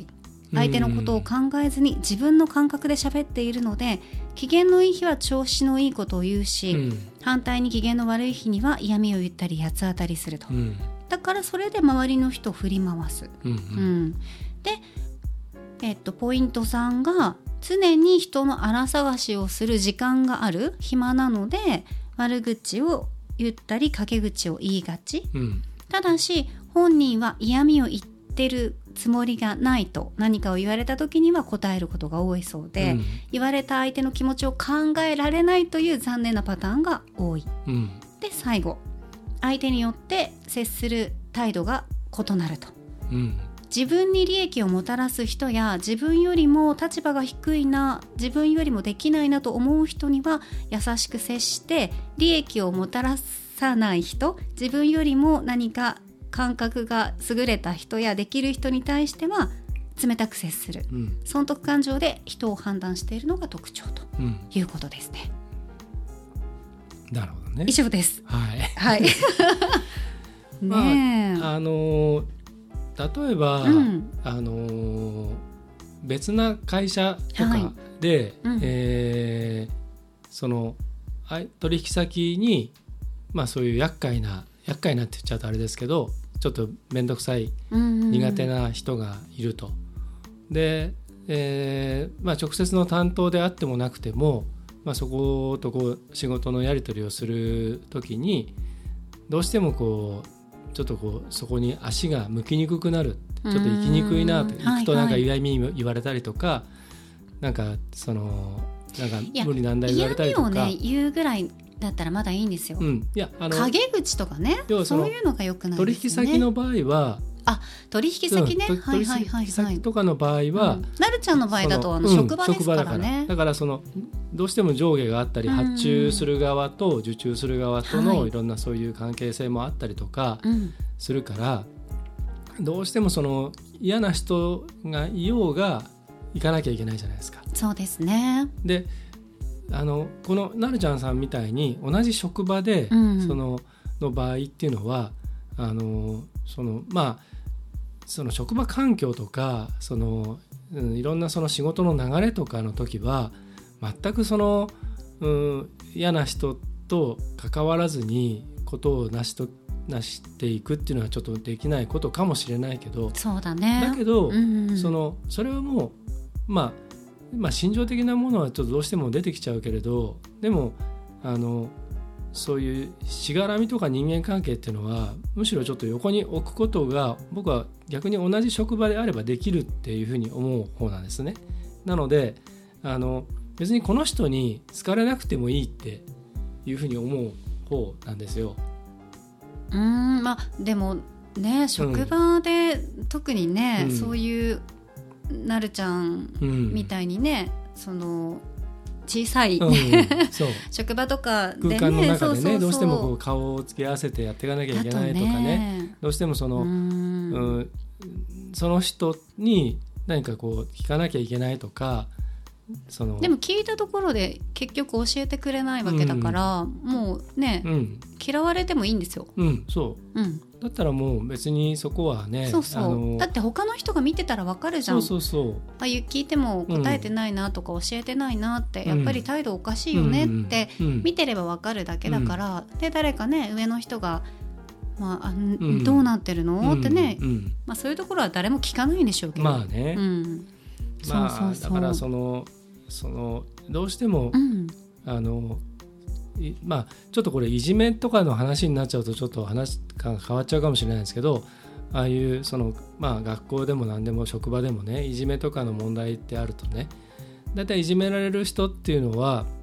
相手のことを考えずに自分の感覚で喋っているので、機嫌のいい日は調子のいいことを言うし、反対に機嫌の悪い日には嫌味を言ったり八つ当たりすると、だからそれで周りの人を振り回す、で、ポイント3が常に人の荒探しをする時間がある、暇なので悪口を言ったり陰口を言いがち、ただし本人は嫌味を言ってるつもりがないと何かを言われた時には答えることが多いそうで、言われた相手の気持ちを考えられないという残念なパターンが多い、で最後、相手によって接する態度が異なると、自分に利益をもたらす人や自分よりも立場が低いな、自分よりもできないなと思う人には優しく接して、利益をもたらさない人、自分よりも何か感覚が優れた人やできる人に対しては冷たく接する、損得感情で人を判断しているのが特徴ということですね。 なるほどね。 以上です。 はい。 ねえ。例えば、別な会社とかで、その取引先に、そういう厄介なって言っちゃうとあれですけど、ちょっと面倒くさい、苦手な人がいると。で、直接の担当であってもなくても、そことこう仕事のやり取りをするときにどうしてもこうちょっとこうそこに足が向きにくくなる、ちょっと行きにくいなと、行くとなんか嫌味言われたりとか、なんかそのなんか無理難題言われたりとか、 嫌味をね言うぐらいだったらまだいいんですよ。陰口とかね、そういうのが良くないですね。 取引先の場合は、 取引先ね、 取引先とかの場合は、 なるちゃんの場合だと職場ですからね。 だからそのどうしても上下があったり、発注する側と受注する側とのいろんなそういう関係性もあったりとかするから、どうしてもその嫌な人がいようが行かなきゃいけないじゃないですか。 そうですね。 で、このなるちゃんさんみたいに同じ職場で、その場合っていうのはその職場環境とかいろんなその仕事の流れとかの時は全くその、嫌な人と関わらずにことを成していくっていうのはちょっとできないことかもしれないけど、 そうだね。 だけど、それはもう心情的なものはちょっとどうしても出てきちゃうけれど、でもそういうしがらみとか人間関係っていうのはむしろちょっと横に置くことが僕は逆に同じ職場であればできるっていうふうに思う方なんですね。なので別にこの人に好かれなくてもいいっていうふうに思う方なんですよ。 でもね、職場で特にね、そういうなるちゃんみたいにね、その小さい、職場とかでね、 空間の中でね、どうしてもこう顔を付け合わせてやっていかなきゃいけないとかね、どうしてもその人に何かこう聞かなきゃいけないとか、 でも聞いたところで結局教えてくれないわけだから、もうね、嫌われてもいいんですよ。だったらもう別にそこはね、だって他の人が見てたら分かるじゃん。聞いても答えてないなとか教えてないなって、やっぱり態度おかしいよねって見てれば分かるだけだから、で誰かね上の人がどうなってるのってね、そういうところは誰も聞かないんでしょうけど、だからどうしても、ちょっとこれいじめとかの話になっちゃうとちょっと話が変わっちゃうかもしれないんですけど、ああいう学校でも何でも職場でもね、いじめとかの問題ってあるとね、だいたいいじめられる人っていうの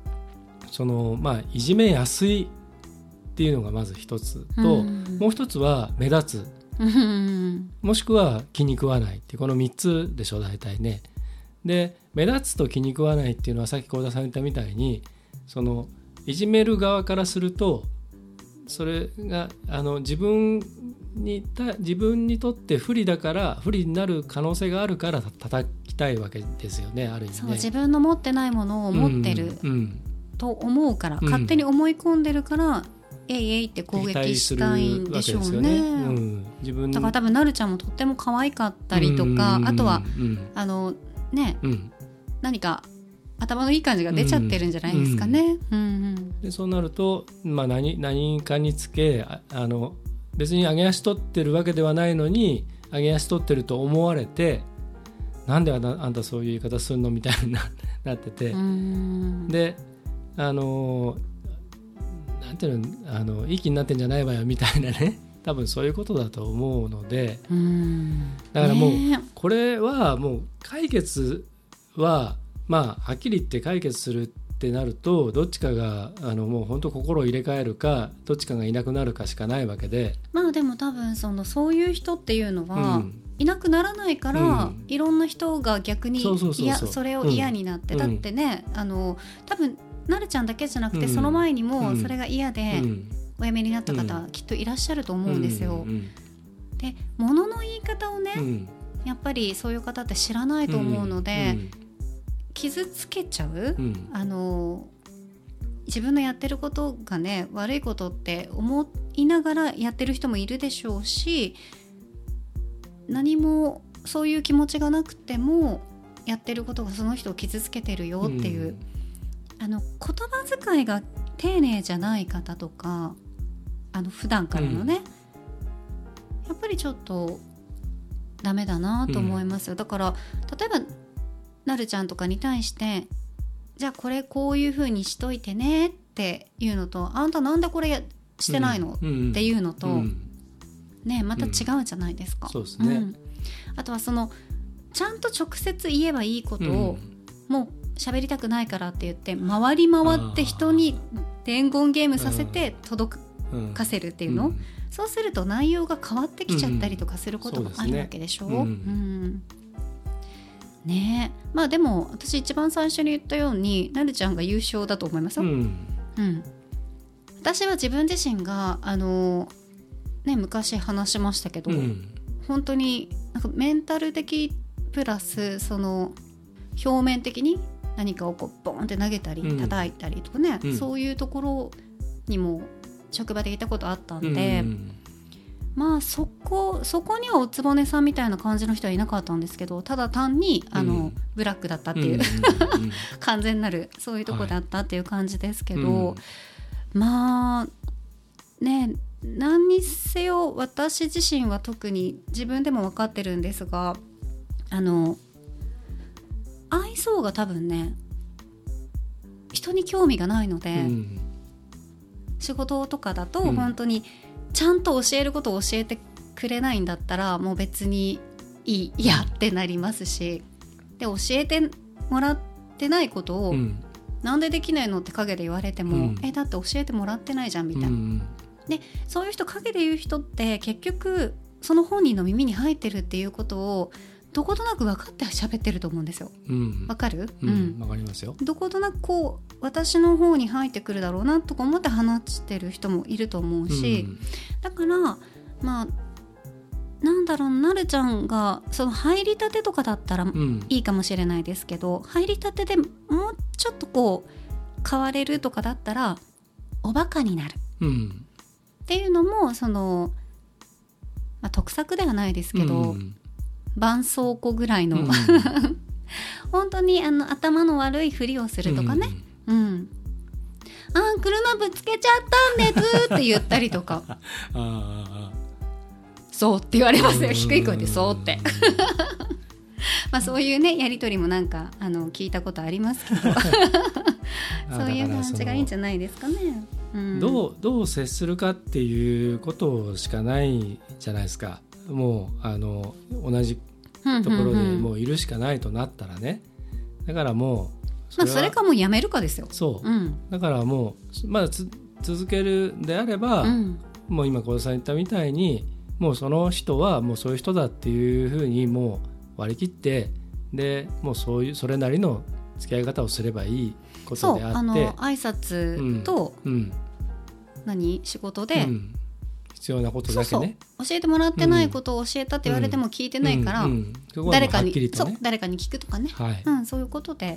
はいじめやすいっていうのがまず一つと、もう一つは目立つもしくは気に食わないっていう、この3つでしょ大体ね。で、目立つと気に食わないっていうのはさっき幸田さん言ったみたいに、いじめる側からするとそれが自分にとって不利だから、不利になる可能性があるから叩きたいわけですよね、ある意味ね。 そう、自分の持ってないものを持ってると思うから、勝手に思い込んでるからえいえいって攻撃したいんでしょうね。 自分だから多分なるちゃんもとっても可愛かったりとか、あとはね、何か頭のいい感じが出ちゃってるんじゃないですかね。 でそうなると、何かにつけ別に上げ足取ってるわけではないのに上げ足取ってると思われて、なんであんたそういう言い方するのみたいになってて、でなんていうの、いい気になってんじゃないわよみたいなね、多分そういうことだと思うので、だからもうこれはもう解決ははっきり言って解決するってなると、どっちかがもう本当心を入れ替えるか、どっちかがいなくなるかしかないわけで、 でも多分そういう人っていうのは、いなくならないから、いろんな人が逆にそれを嫌になって、だってね、多分なるちゃんだけじゃなくて、その前にもそれが嫌でお辞めになった方はきっといらっしゃると思うんですよ。で、物の言い方をね、やっぱりそういう方って知らないと思うので、傷つけちゃう、自分のやってることがね悪いことって思いながらやってる人もいるでしょうし、何もそういう気持ちがなくてもやってることがその人を傷つけてるよっていう、言葉遣いが丁寧じゃない方とか、普段からのね、やっぱりちょっとダメだなと思いますよ。だから例えばなるちゃんとかに対して、じゃあこれこういう風にしといてねっていうのと、あんたなんでこれしてないの、っていうのと、ね、また違うじゃないですか。 そうですね。 あとはちゃんと直接言えばいいことを、もう喋りたくないからって言って回り回って人に伝言ゲームさせて届かせるっていうの、そうすると内容が変わってきちゃったりとかすることがあるわけでしょ。ねえ、でも私一番最初に言ったようになるちゃんが優勝だと思いますよ。私は自分自身が昔話しましたけど、本当になんかメンタル的プラス表面的に何かをこうボーンって投げたり叩いたりとかね、そういうところにも職場でいたことあったんで、そこにはおつぼねさんみたいな感じの人はいなかったんですけど、ただ単にブラックだったっていう、完全なるそういうとこだったっていう感じですけど、ね、何にせよ私自身は特に自分でも分かってるんですが、愛想が多分ね人に興味がないので、仕事とかだと本当にちゃんと教えることを教えてくれないんだったらもう別にいやってなりますし、で教えてもらってないことを、なんでできないのって陰で言われても、だって教えてもらってないじゃんみたいな、でそういう人陰で言う人って結局その本人の耳に入ってるっていうことをどことなく分かって喋ってると思うんですよ。分かる？ 分かりますよ。 どことなくこう私の方に入ってくるだろうなとか思って話してる人もいると思うし、だからなんだろう、なるちゃんがその入りたてとかだったらいいかもしれないですけど、入りたてでもうちょっとこう変われるとかだったらおバカになる、っていうのも得策ではないですけど、絆創膏ぐらいの、本当に頭の悪いふりをするとかね、車ぶつけちゃったんですって言ったりとかそうって言われますよ、低い声でそうってそういうねやり取りもなんか聞いたことありますけどそういう感じがいいんじゃないですかね。 どう接するかっていうことしかないじゃないですか。もう同じところでもういるしかないとなったらね、だからもうそれかもうやめるかですよ。 そう、だからもうまだ続けるであれば、もう今小田さん言ったみたいにもうその人はもうそういう人だっていうふうにもう割り切って、でもうそれなりの付き合い方をすればいいことであって、 挨拶と、仕事で、 必要なことだけね、 教えてもらってないことを教えたって言われても聞いてないから、誰かに聞くとかね、そういうことで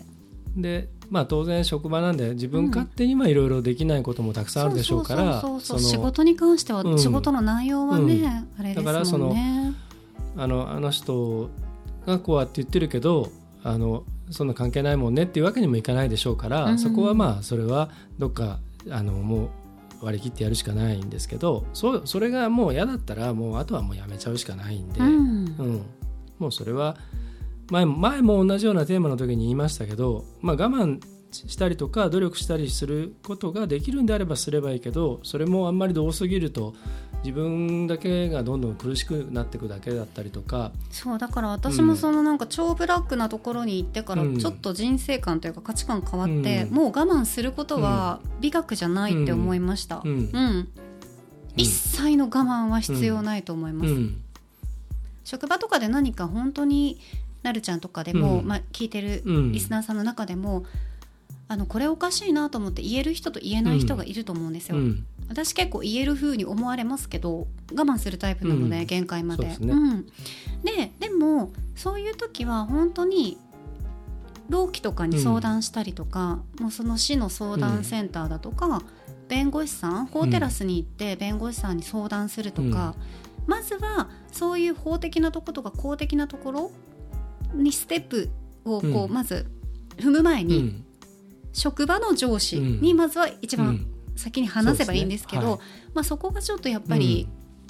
で当然職場なんで自分勝手にいろいろできないこともたくさんあるでしょうから、 仕事に関しては、仕事の内容はね、あれですもんね。 だからあの人がこうやって言ってるけどそんな関係ないもんねっていうわけにもいかないでしょうから、そこはそれはどっかもう割り切ってやるしかないんですけど、それがもう嫌だったらもうあとはもうやめちゃうしかないんで、もうそれは前も同じようなテーマの時に言いましたけど、我慢したりとか努力したりすることができるんであればすればいいけど、それもあんまり多すぎると自分だけがどんどん苦しくなっていくだけだったりとか。 そうだから私も超ブラックなところに行ってからちょっと人生観というか価値観変わって、もう我慢することは美学じゃないって思いました。一切の我慢は必要ないと思います。職場とかで何か本当になるちゃんとかでも、聞いてるリスナーさんの中でも、これおかしいなと思って言える人と言えない人がいると思うんですよ。私結構言える風に思われますけど我慢するタイプなので、限界まで。でもそういう時は本当に労基とかに相談したりとか、もうその市の相談センターだとか、弁護士さん法テラスに行って弁護士さんに相談するとか、まずはそういう法的なところとか公的なところにステップをまず踏む前に、職場の上司にまずは一番先に話せばいいんですけど、そこがちょっとやっぱり、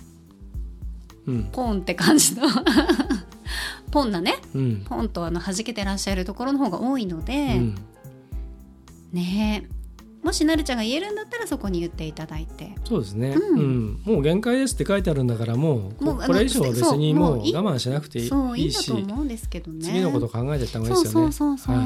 ポンって感じのポンなね、ポンと弾けてらっしゃるところの方が多いので、ねえ、もしなるちゃんが言えるんだったらそこに言っていただいて。 そうですね、もう限界ですって書いてあるんだから、もうこれ以上は別にもう我慢しなくていいし、 そういいんだと思うんですけどね。 次のこと考えていった方がいいですよね。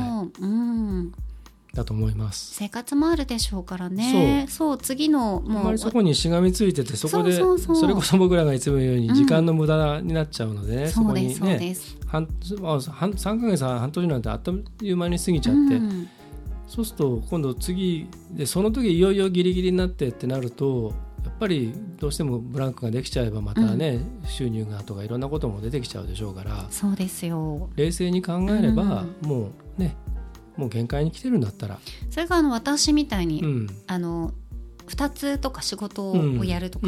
だと思います。 生活もあるでしょうからね。そう次のもうあまりそこにしがみついてて、そこでそれこそ僕らがいつも言うように時間の無駄になっちゃうのでね、そこにね3ヶ月半年なんてあっという間に過ぎちゃって、そうすると今度次でその時いよいよギリギリになってってなると、やっぱりどうしてもブランクができちゃえばまたね、収入がとかいろんなことも出てきちゃうでしょうから。 そうですよ。 冷静に考えれば、もうね、もう限界に来てるんだったら、 それが私みたいに、2つとか仕事をやるとか、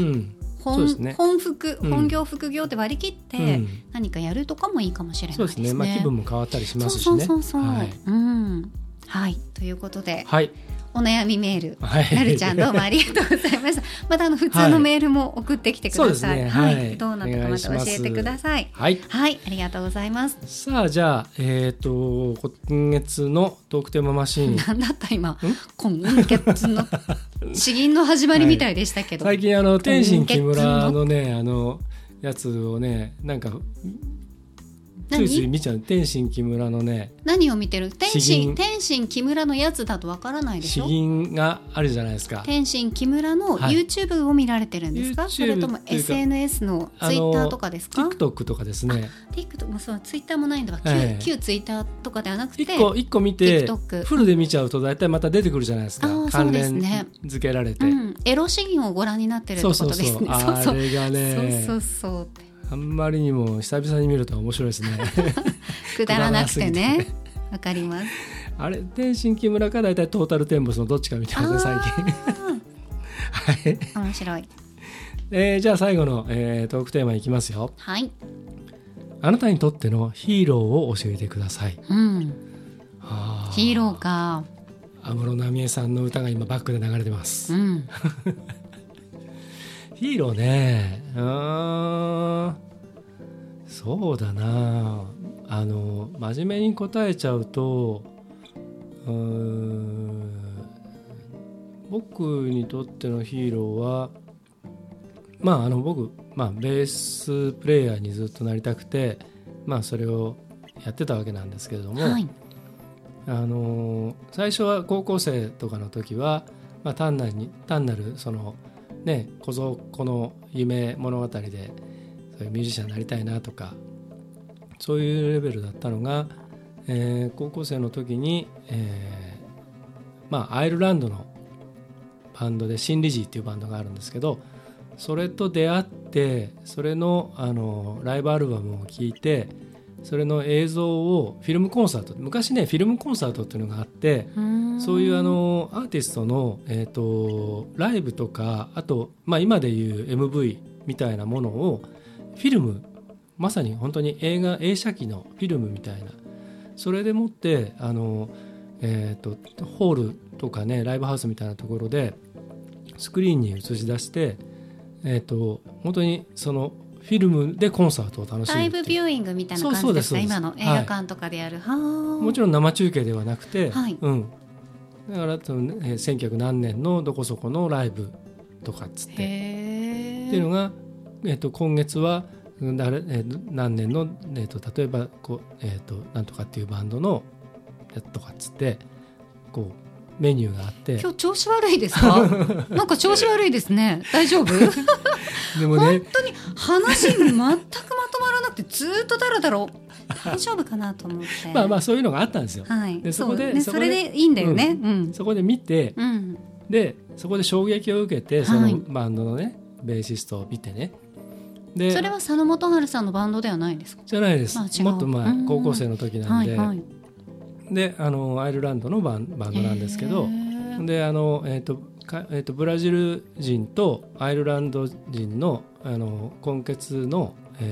本業副業って割り切って何かやるとかもいいかもしれないですね。 そうですね、気分も変わったりしますしね。 はい、ということで、 はい、 お悩みメール、なるちゃんどうもありがとうございました。また普通のメールも送ってきてください。どうなったかまた教えてください。はい、ありがとうございます。 さあじゃあ、今月のトークテーママシーンなんだった今、今月の詩吟の始まりみたいでしたけど、 最近天心木村のねやつをね、なんかついつい見ちゃう。天心木村のね、 何を見てる？天心木村のやつだとわからないでしょ。 詩吟があるじゃないですか。 天心木村の YouTube を見られてるんですか？それとも SNS の Twitter とかですか？ TikTok とかですね。 TikTok もそう、Twitter もないんだわ。旧 Twitter とかではなくて、 一個見てフルで見ちゃうと大体また出てくるじゃないですか。関連付けられて、 エロ詩吟をご覧になってるってことですね。 あれがね、 そうあんまりにも久々に見ると面白いですね。 くだらなくてね。わかります。 あれ天心木村か大体トータルテンボスのどっちか見てますね最近。 面白い。 じゃあ最後の、トークテーマいきますよ。 はい。 あなたにとってのヒーローを教えてください。 ヒーローか。 安室奈美恵さんの歌が今バックで流れてます。ヒーローね、そうだな、真面目に答えちゃうと、僕にとってのヒーローは、僕、ベースプレイヤーにずっとなりたくて、それをやってたわけなんですけれども、最初は高校生とかの時は、単なるそのね、小僧の夢物語でそういうミュージシャンになりたいなとか、そういうレベルだったのが、高校生の時に、アイルランドのバンドでシン・リジーっていうバンドがあるんですけど、それと出会って、それの、ライブアルバムを聴いて、 それの映像をフィルムコンサート、昔ねフィルムコンサートっていうのがあって、そういうアーティストの、ライブとか、あと、今でいう MV みたいなものをフィルム、まさに本当に映写機のフィルムみたいな、それでもってホールとかね、ライブハウスみたいなところでスクリーンに映し出して、本当にそのフィルムでコンサートを楽しむ、 ライブビューイングみたいな感じですか？今の映画館とかでやる、 もちろん生中継ではなくて、 はい、 だから1900何年のどこそこのライブとかっつってっていうのが、今月は何年の、例えばなんとかっていうバンドのやつとかっつってこうメニューがあって、 今日調子悪いですか？なんか調子悪いですね。大丈夫？ でもね、 本当に話全くまとまらなくてずっとだらだら大丈夫かなと思って。 そういうのがあったんですよ。 はい、 でそこで、 ね、それでいいんだよね。 そこで見て、でそこで衝撃を受けて、そのバンドのね、ベーシストを見てね。でそれは佐野元春さんのバンドではないですか？ じゃないです。もっと高校生の時なんで。でアイルランドのバンドなんですけど、でブラジル人とアイルランド人の混血の、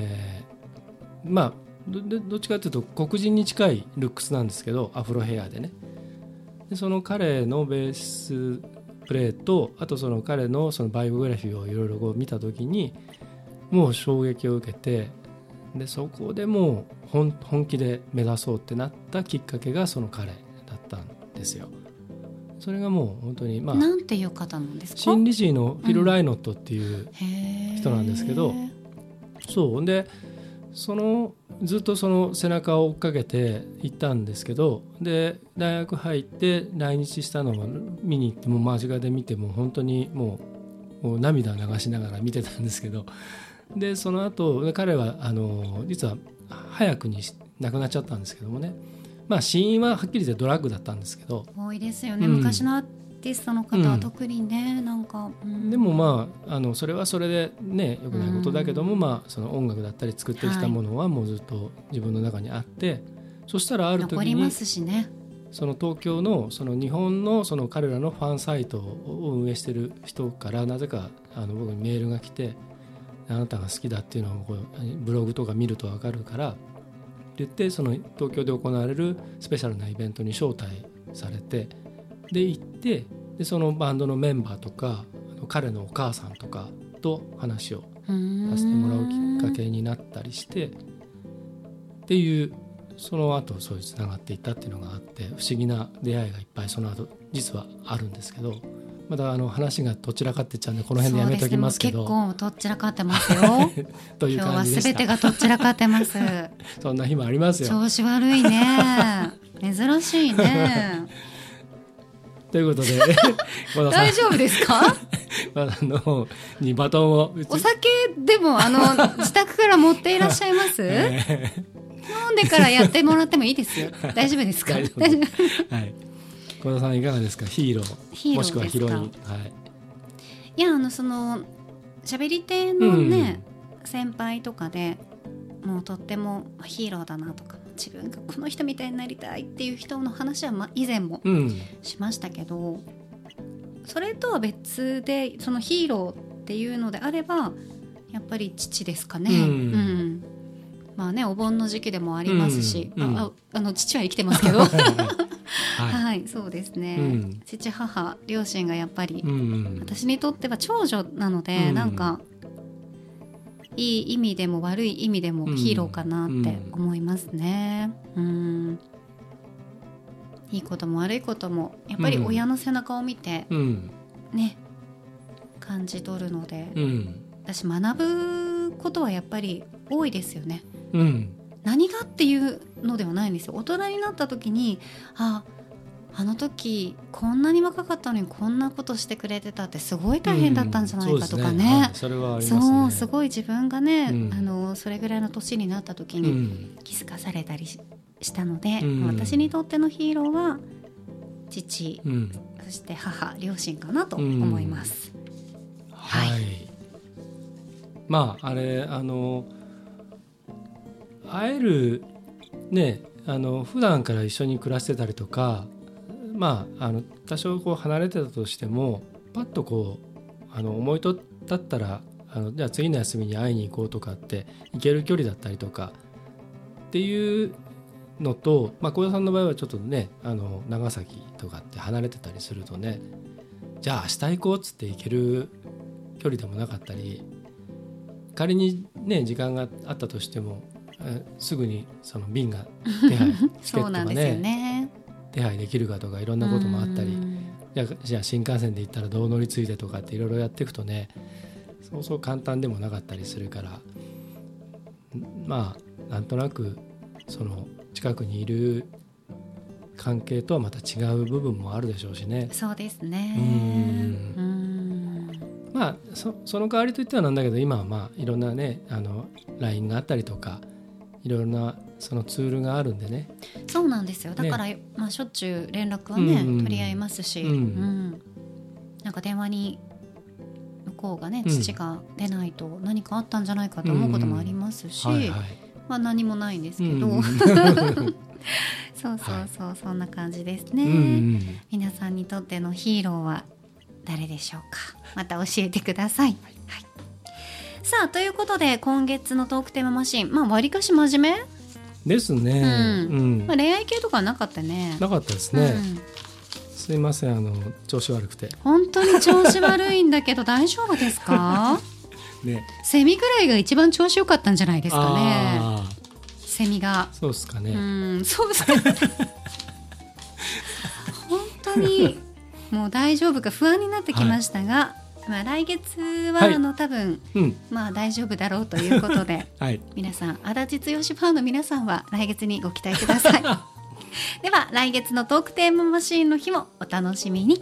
どっちかというと黒人に近いルックスなんですけど、アフロヘアでね。でその彼のベースプレイと、あとその彼のそのバイオグラフィーをいろいろ見た時にもう衝撃を受けて、でそこでもう本気で目指そうってなったきっかけがその彼だったんですよ。それがもう本当になんていう方なんですか？ 心理師のフィル・ライノットっていう人なんですけど、そうでずっとその背中を追っかけて行ったんですけど、で大学入って来日したのを見に行って、も間近で見ても本当にもう涙を流しながら見てたんですけど、でその後彼は実は早くに亡くなっちゃったんですけどもね、死因ははっきり言ってドラッグだったんですけど、 多いですよね、昔のアーティストの方は特にね、なんか、 でもそれはそれでね良くないことだけども、その音楽だったり作ってきたものはもうずっと自分の中にあって、そしたらある時に残りますしね、 その東京のその日本のその彼らのファンサイトを運営してる人からなぜか僕にメールが来て、あなたが好きだっていうのをブログとか見ると分かるからって言って、その東京で行われるスペシャルなイベントに招待されて、で行って、でそのバンドのメンバーとか彼のお母さんとかと話をさせてもらうきっかけになったりしてっていう、その後そういうつながっていったっていうのがあって、不思議な出会いがいっぱいその後実はあるんですけど、まだ話がどちらかってっちゃうんでこの辺でやめときますけど、 結構どちらかってますよという感じでした。 今日は全てがどちらかってますそんな日もありますよ。 調子悪いね珍しいねということで大丈夫ですかにバトンをお酒でも自宅から持っていらっしゃいます、飲んでからやってもらってもいいですよ。大丈夫ですか？ 大丈夫です、はい、小田さんいかがですか？ヒーローもしくはヒロイン。はい、 いやその喋り手のね、先輩とかでもうとってもヒーローだなとか、自分がこの人みたいになりたいっていう人の話は以前もしましたけど、それとは別でそのヒーローっていうのであればやっぱり父ですかね。お盆の時期でもありますし、父は生きてますけどはい、そうですね、父母両親がやっぱり、私にとっては長女なので、なんかいい意味でも悪い意味でもヒーローかなって思いますね。いいことも悪いこともやっぱり親の背中を見てね、感じ取るので、私学ぶことはやっぱり多いですよね。何がっていうのではないんですよ。大人になった時にあの時こんなに若かったのにこんなことしてくれてたってすごい大変だったんじゃないかとかね、 それはありますね。 すごい自分がね、それぐらいの年になった時に気づかされたりしたので、私にとってのヒーローは父、そして母、両親かなと思います。 はい、あれ会えるね普段から一緒に暮らしてたりとか、多少こう離れてたとしてもパッとこう思い立ったらじゃあ次の休みに会いに行こうとかって行ける距離だったりとかっていうのと、小田さんの場合はちょっとね長崎とかって離れてたりするとね、じゃあ明日行こうっつって行ける距離でもなかったり、仮にね時間があったとしてもすぐにその便が手配チケットがね手配できるかとかいろんなこともあったり、じゃあ新幹線で行ったらどう乗り継いでとかっていろいろやっていくとね、そう簡単でもなかったりするから、なんとなくその近くにいる関係とはまた違う部分もあるでしょうしね。 そうですね。 その代わりといってはなんだけど、今はいろんなねLINE があったりとかいろんなそのツールがあるんでね。 そうなんですよ。だから、しょっちゅう連絡はね、取り合いますし、なんか電話に向こうがね父が出ないと何かあったんじゃないかと思うこともありますし、何もないんですけど、そうそんな感じですね。皆さんにとってのヒーローは誰でしょうか。また教えてください。さあということで今月のトークテーママシン、わりかし真面目ですね。 恋愛系とかはなかったね。 なかったですね。すいません調子悪くて。 本当に調子悪いんだけど大丈夫ですか？セミぐらいが一番調子良かったんじゃないですかね。セミが。そうですかね。そうですか。本当にもう大丈夫か不安になってきましたが、来月は多分、大丈夫だろうということで、皆さん足立剛ファンの皆さんは来月にご期待ください。では来月のトークテーママシーンの日もお楽しみに。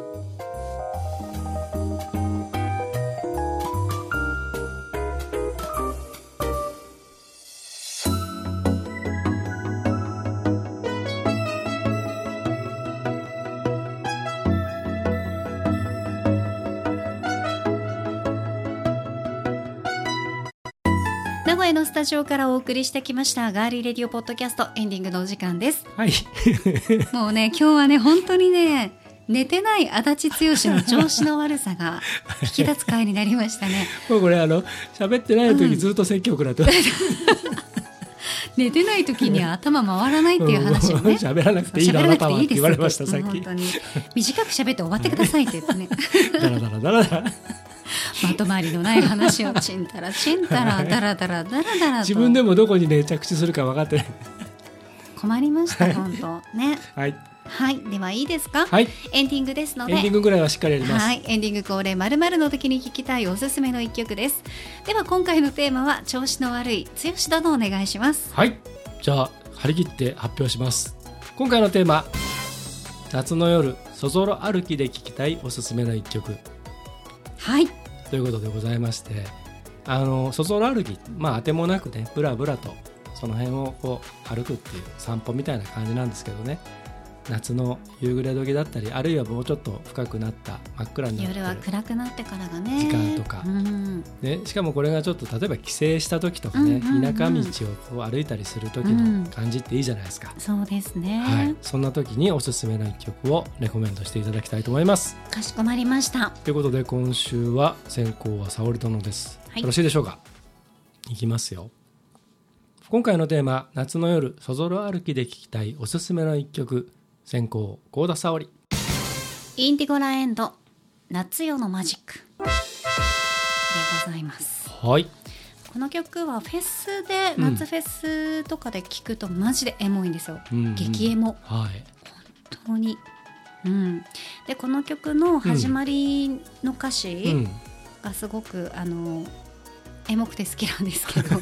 名古屋のスタジオからお送りしてきましたガーリーレディオポッドキャスト、エンディングのお時間です。もうね今日はね本当にね寝てない足立剛の調子の悪さが引き立つ回になりましたね。 もうこれ喋ってない時ずっと説教食らってます。 寝てない時には頭回らないっていう話をね、 喋らなくていいのあなたはって言われました。さっき本当に短く喋って終わってくださいって言ってね。 だらだらだらだらまとまりのない話をちんたらちんたらだらだらだらだらと自分でもどこにね着地するか分かってない。 困りました本当ね。 はい、 ではいいですか、エンディングですのでエンディングぐらいはしっかりやります。 エンディング恒例〇〇の時に聴きたいおすすめの一曲です。では今回のテーマは調子の悪い剛殿お願いします。 じゃあ張り切って発表します。今回のテーマ、夏の夜そぞろ歩きで聴きたいおすすめの一曲ということでございまして、そぞろ歩き、当てもなくねブラブラとその辺をこう歩くっていう散歩みたいな感じなんですけどね、夏の夕暮れ時だったり、あるいはもうちょっと深くなった真っ暗になって夜は暗くなってからがね時間とか、しかもこれがちょっと例えば帰省した時とかね、田舎道をこう歩いたりする時の感じっていいじゃないですか。 そうですね、 そんな時におすすめの一曲をレコメンドしていただきたいと思います。 かしこまりました。 ということで今週は先行は沙織殿です、よろしいでしょうか。いきますよ。今回のテーマ、夏の夜そぞろ歩きで聴きたいおすすめの一曲、先行幸田沙織。 インディゴラエンド夏夜のマジックでございます。この曲はフェスで、夏フェスとかで聴くとマジでエモいんですよ、激エモ、本当に、でこの曲の始まりの歌詞がすごく、エモくて好きなんですけど、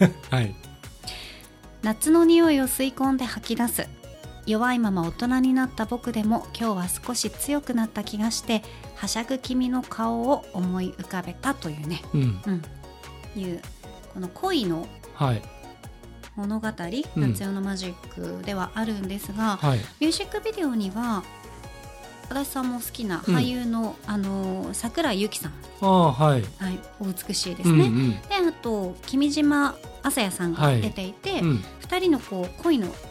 夏の匂いを吸い込んで吐き出す、弱いまま大人になった僕でも今日は少し強くなった気がしてはしゃぐ君の顔を思い浮かべたというね、いうこの恋の物語、夏夜のマジックではあるんですが、ミュージックビデオには足立さんも好きな俳優の、桜井由紀さん、お美しいですね、であと君島朝也さんが出ていて、2人のこう恋の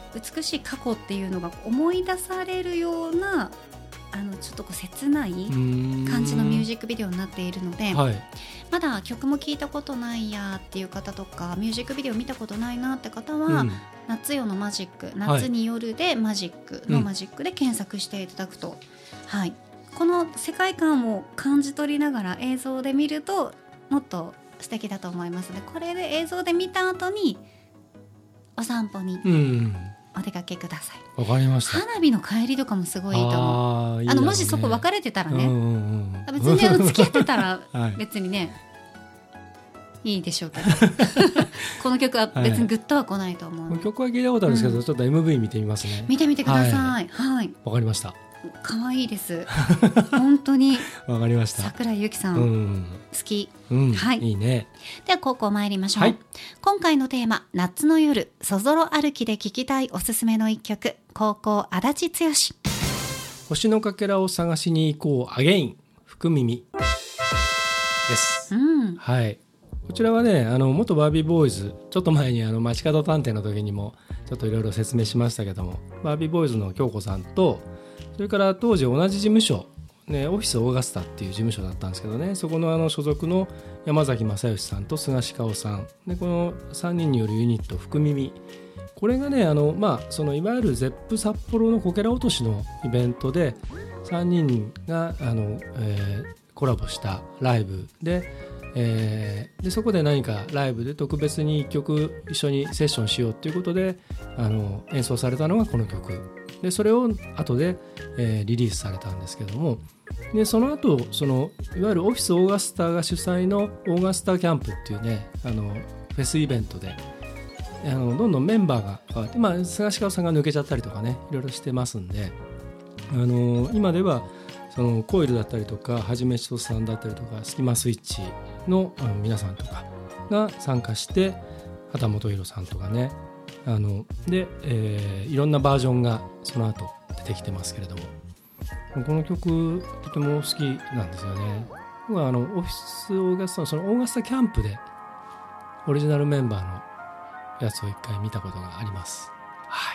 美しい過去っていうのが思い出されるようなちょっとこう切ない感じのミュージックビデオになっているので、 はい、 まだ曲も聴いたことないやっていう方とかミュージックビデオ見たことないなって方は、夏夜のマジック、夏に夜でマジックのマジックで検索していただくと、はい、この世界観を感じ取りながら映像で見るともっと素敵だと思いますので、これで映像で見た後にお散歩にお出かけください。 わかりました。 花火の帰りとかもすごいいいと思う。もしそこ別れてたらね、別に付き合ってたら別にね、いいでしょうけどこの曲は別にグッとは来ないと思う、 曲は聞いたことあるんですけど、ちょっと MV 見てみますね。 見てみてください。はい、 わかりました。 可愛いです本当に。 わかりました。 桜井由紀さん、好き、はい、 いいね。 では高校参りましょう、 はい、 今回のテーマ、夏の夜そぞろ歩きで聴きたいおすすめの一曲、高校足立剛。 星のかけらを探しに行こうアゲイン、福耳です、はい、こちらはね、元バービーボーイズ、ちょっと前に街角探偵の時にもちょっといろいろ説明しましたけども、バービーボーイズの京子さんと、それから当時同じ事務所、ね、オフィスオーガスタっていう事務所だったんですけどね、そこの所属の山崎正義さんと菅氏香さんで、この3人によるユニット福耳、これがね、そのいわゆるゼップ札幌のこけら落としのイベントで3人がコラボしたライブで、でそこで何かライブで特別に1曲一緒にセッションしようということで演奏されたのがこの曲で、それを後で、リリースされたんですけども、でその後いわゆるオフィスオーガスタが主催のオーガスタキャンプっていうねフェスイベントでどんどんメンバーが変わって、菅氏香さんが抜けちゃったりとかね、いろいろしてますんで、今ではそのコイルだったりとかはじめしとさんだったりとかスキマスイッチの皆さんとかが参加して、畑本博さんとかね、で、いろんなバージョンがその後出てきてますけれども、この曲とても好きなんですよね。僕はオフィスオーガスタのそのオーガスタキャンプでオリジナルメンバーのやつを一回見たことがあります。はい、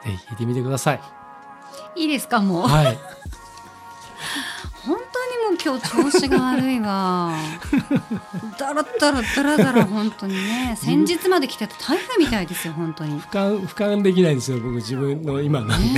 ぜひ聴いてみてください。 いいですか、もう、 はい、 本当にもう今日調子が悪いわだらだらだらだら本当にね、先日まで来てた台風みたいですよ本当に。 俯瞰できないんですよ僕、自分の今なんで、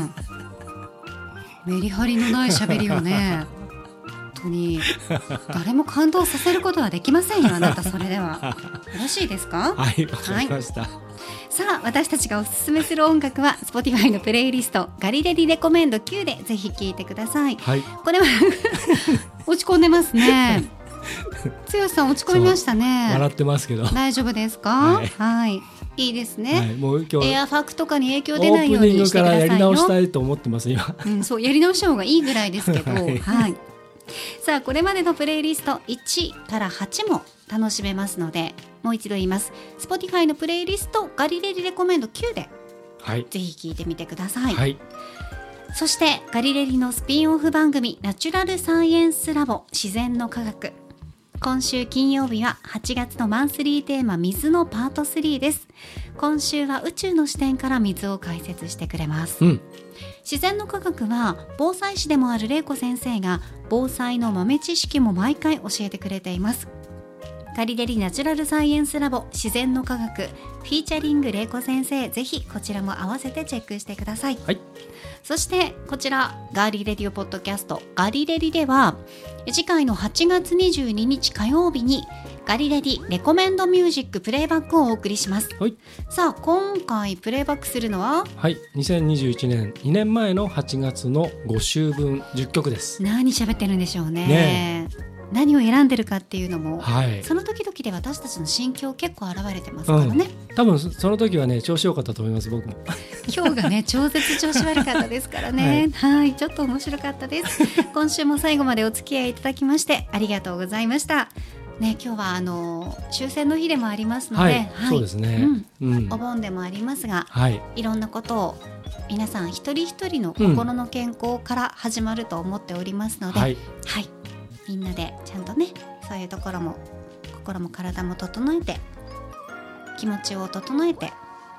メリハリのない喋りをね本当に誰も感動させることはできませんよあなた。それではよろしいですか。 はい、わかりました、 さあ私たちがおすすめする音楽は Spotify のプレイリストガリレディレコメンド9でぜひ聴いてください、はい、これは落ち込んでますね剛さん落ち込みましたね。 笑ってますけど大丈夫ですか。はい、いいですね、はい、 もう今日エアファクとかに影響出ないようにしてくださいよ。 オープニングからやり直したいと思ってます今、 そうやり直した方がいいぐらいですけど、 はいはい、さあこれまでのプレイリスト1から8も楽しめますので、もう一度言います。 Spotify のプレイリストガリレディレコメンド9で、はい、ぜひ聴いてみてください、はい、そしてガリレディのスピンオフ番組ナチュラルサイエンスラボ自然の科学、今週金曜日は8月のマンスリーテーマ水のパート3です。今週は宇宙の視点から水を解説してくれます、自然の科学は防災士でもある玲子先生が防災の豆知識も毎回教えてくれています。ガリレディナチュラルサイエンスラボ自然の科学フィーチャリング玲子先生、ぜひこちらも合わせてチェックしてください、はい、そしてこちらガリレディオポッドキャストガリレディでは次回の8月22日火曜日にガリレディレコメンドミュージックプレイバックをお送りします、はい、さあ今回プレイバックするのは、はい、 2021年2年前の8月の5週分10曲です。 何喋ってるんでしょう ね何を選んでるかっていうのも、はい、その時々で私たちの心境結構現れてますからね、 多分その時はね調子良かったと思います僕も今日がね超絶調子悪かったですからねはい、ちょっと面白かったです今週も最後までお付き合いいただきましてありがとうございましたね。今日は終戦の日でもありますので、はいはい、 そうですね、 お盆でもありますが、はい、いろんなことを皆さん一人一人の心の健康から始まると思っておりますので、はいはい、みんなでちゃんとねそういうところも心も体も整えて気持ちを整えて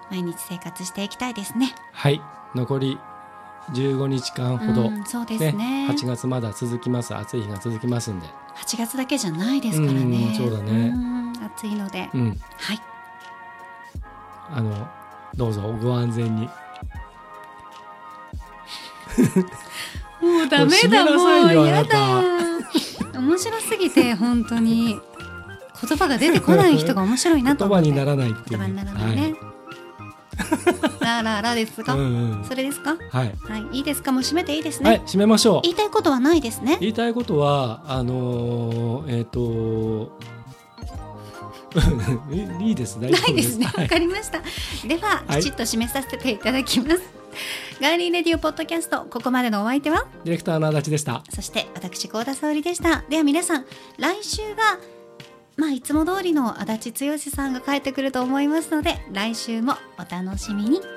毎日生活していきたいですね。 はい、残り15日間ほど、 そうですね。 8月まだ続きます。暑い日が続きますんで。 8月だけじゃないですからね。 そうだね。 暑いので、はい。 どうぞご安全に。 もうダメだ、もうやだ。面白すぎて本当に言葉が出てこない人が面白いなと思って。 言葉にならないっていう、 言葉にならないね。ラですか、それですか。はい、いいですか。もう締めていいですね。 はい、締めましょう。 言いたいことはないですね。 言いたいことはいいです。大丈夫です。ないですね。わかりました。では、きちっと締めさせていただきます。ガーリーレディオポッドキャスト、ここまでのお相手はディレクターの足立でした。 そして私幸田沙織でした。では皆さん、来週はいつも通りの足立剛さんが帰ってくると思いますので、来週もお楽しみに。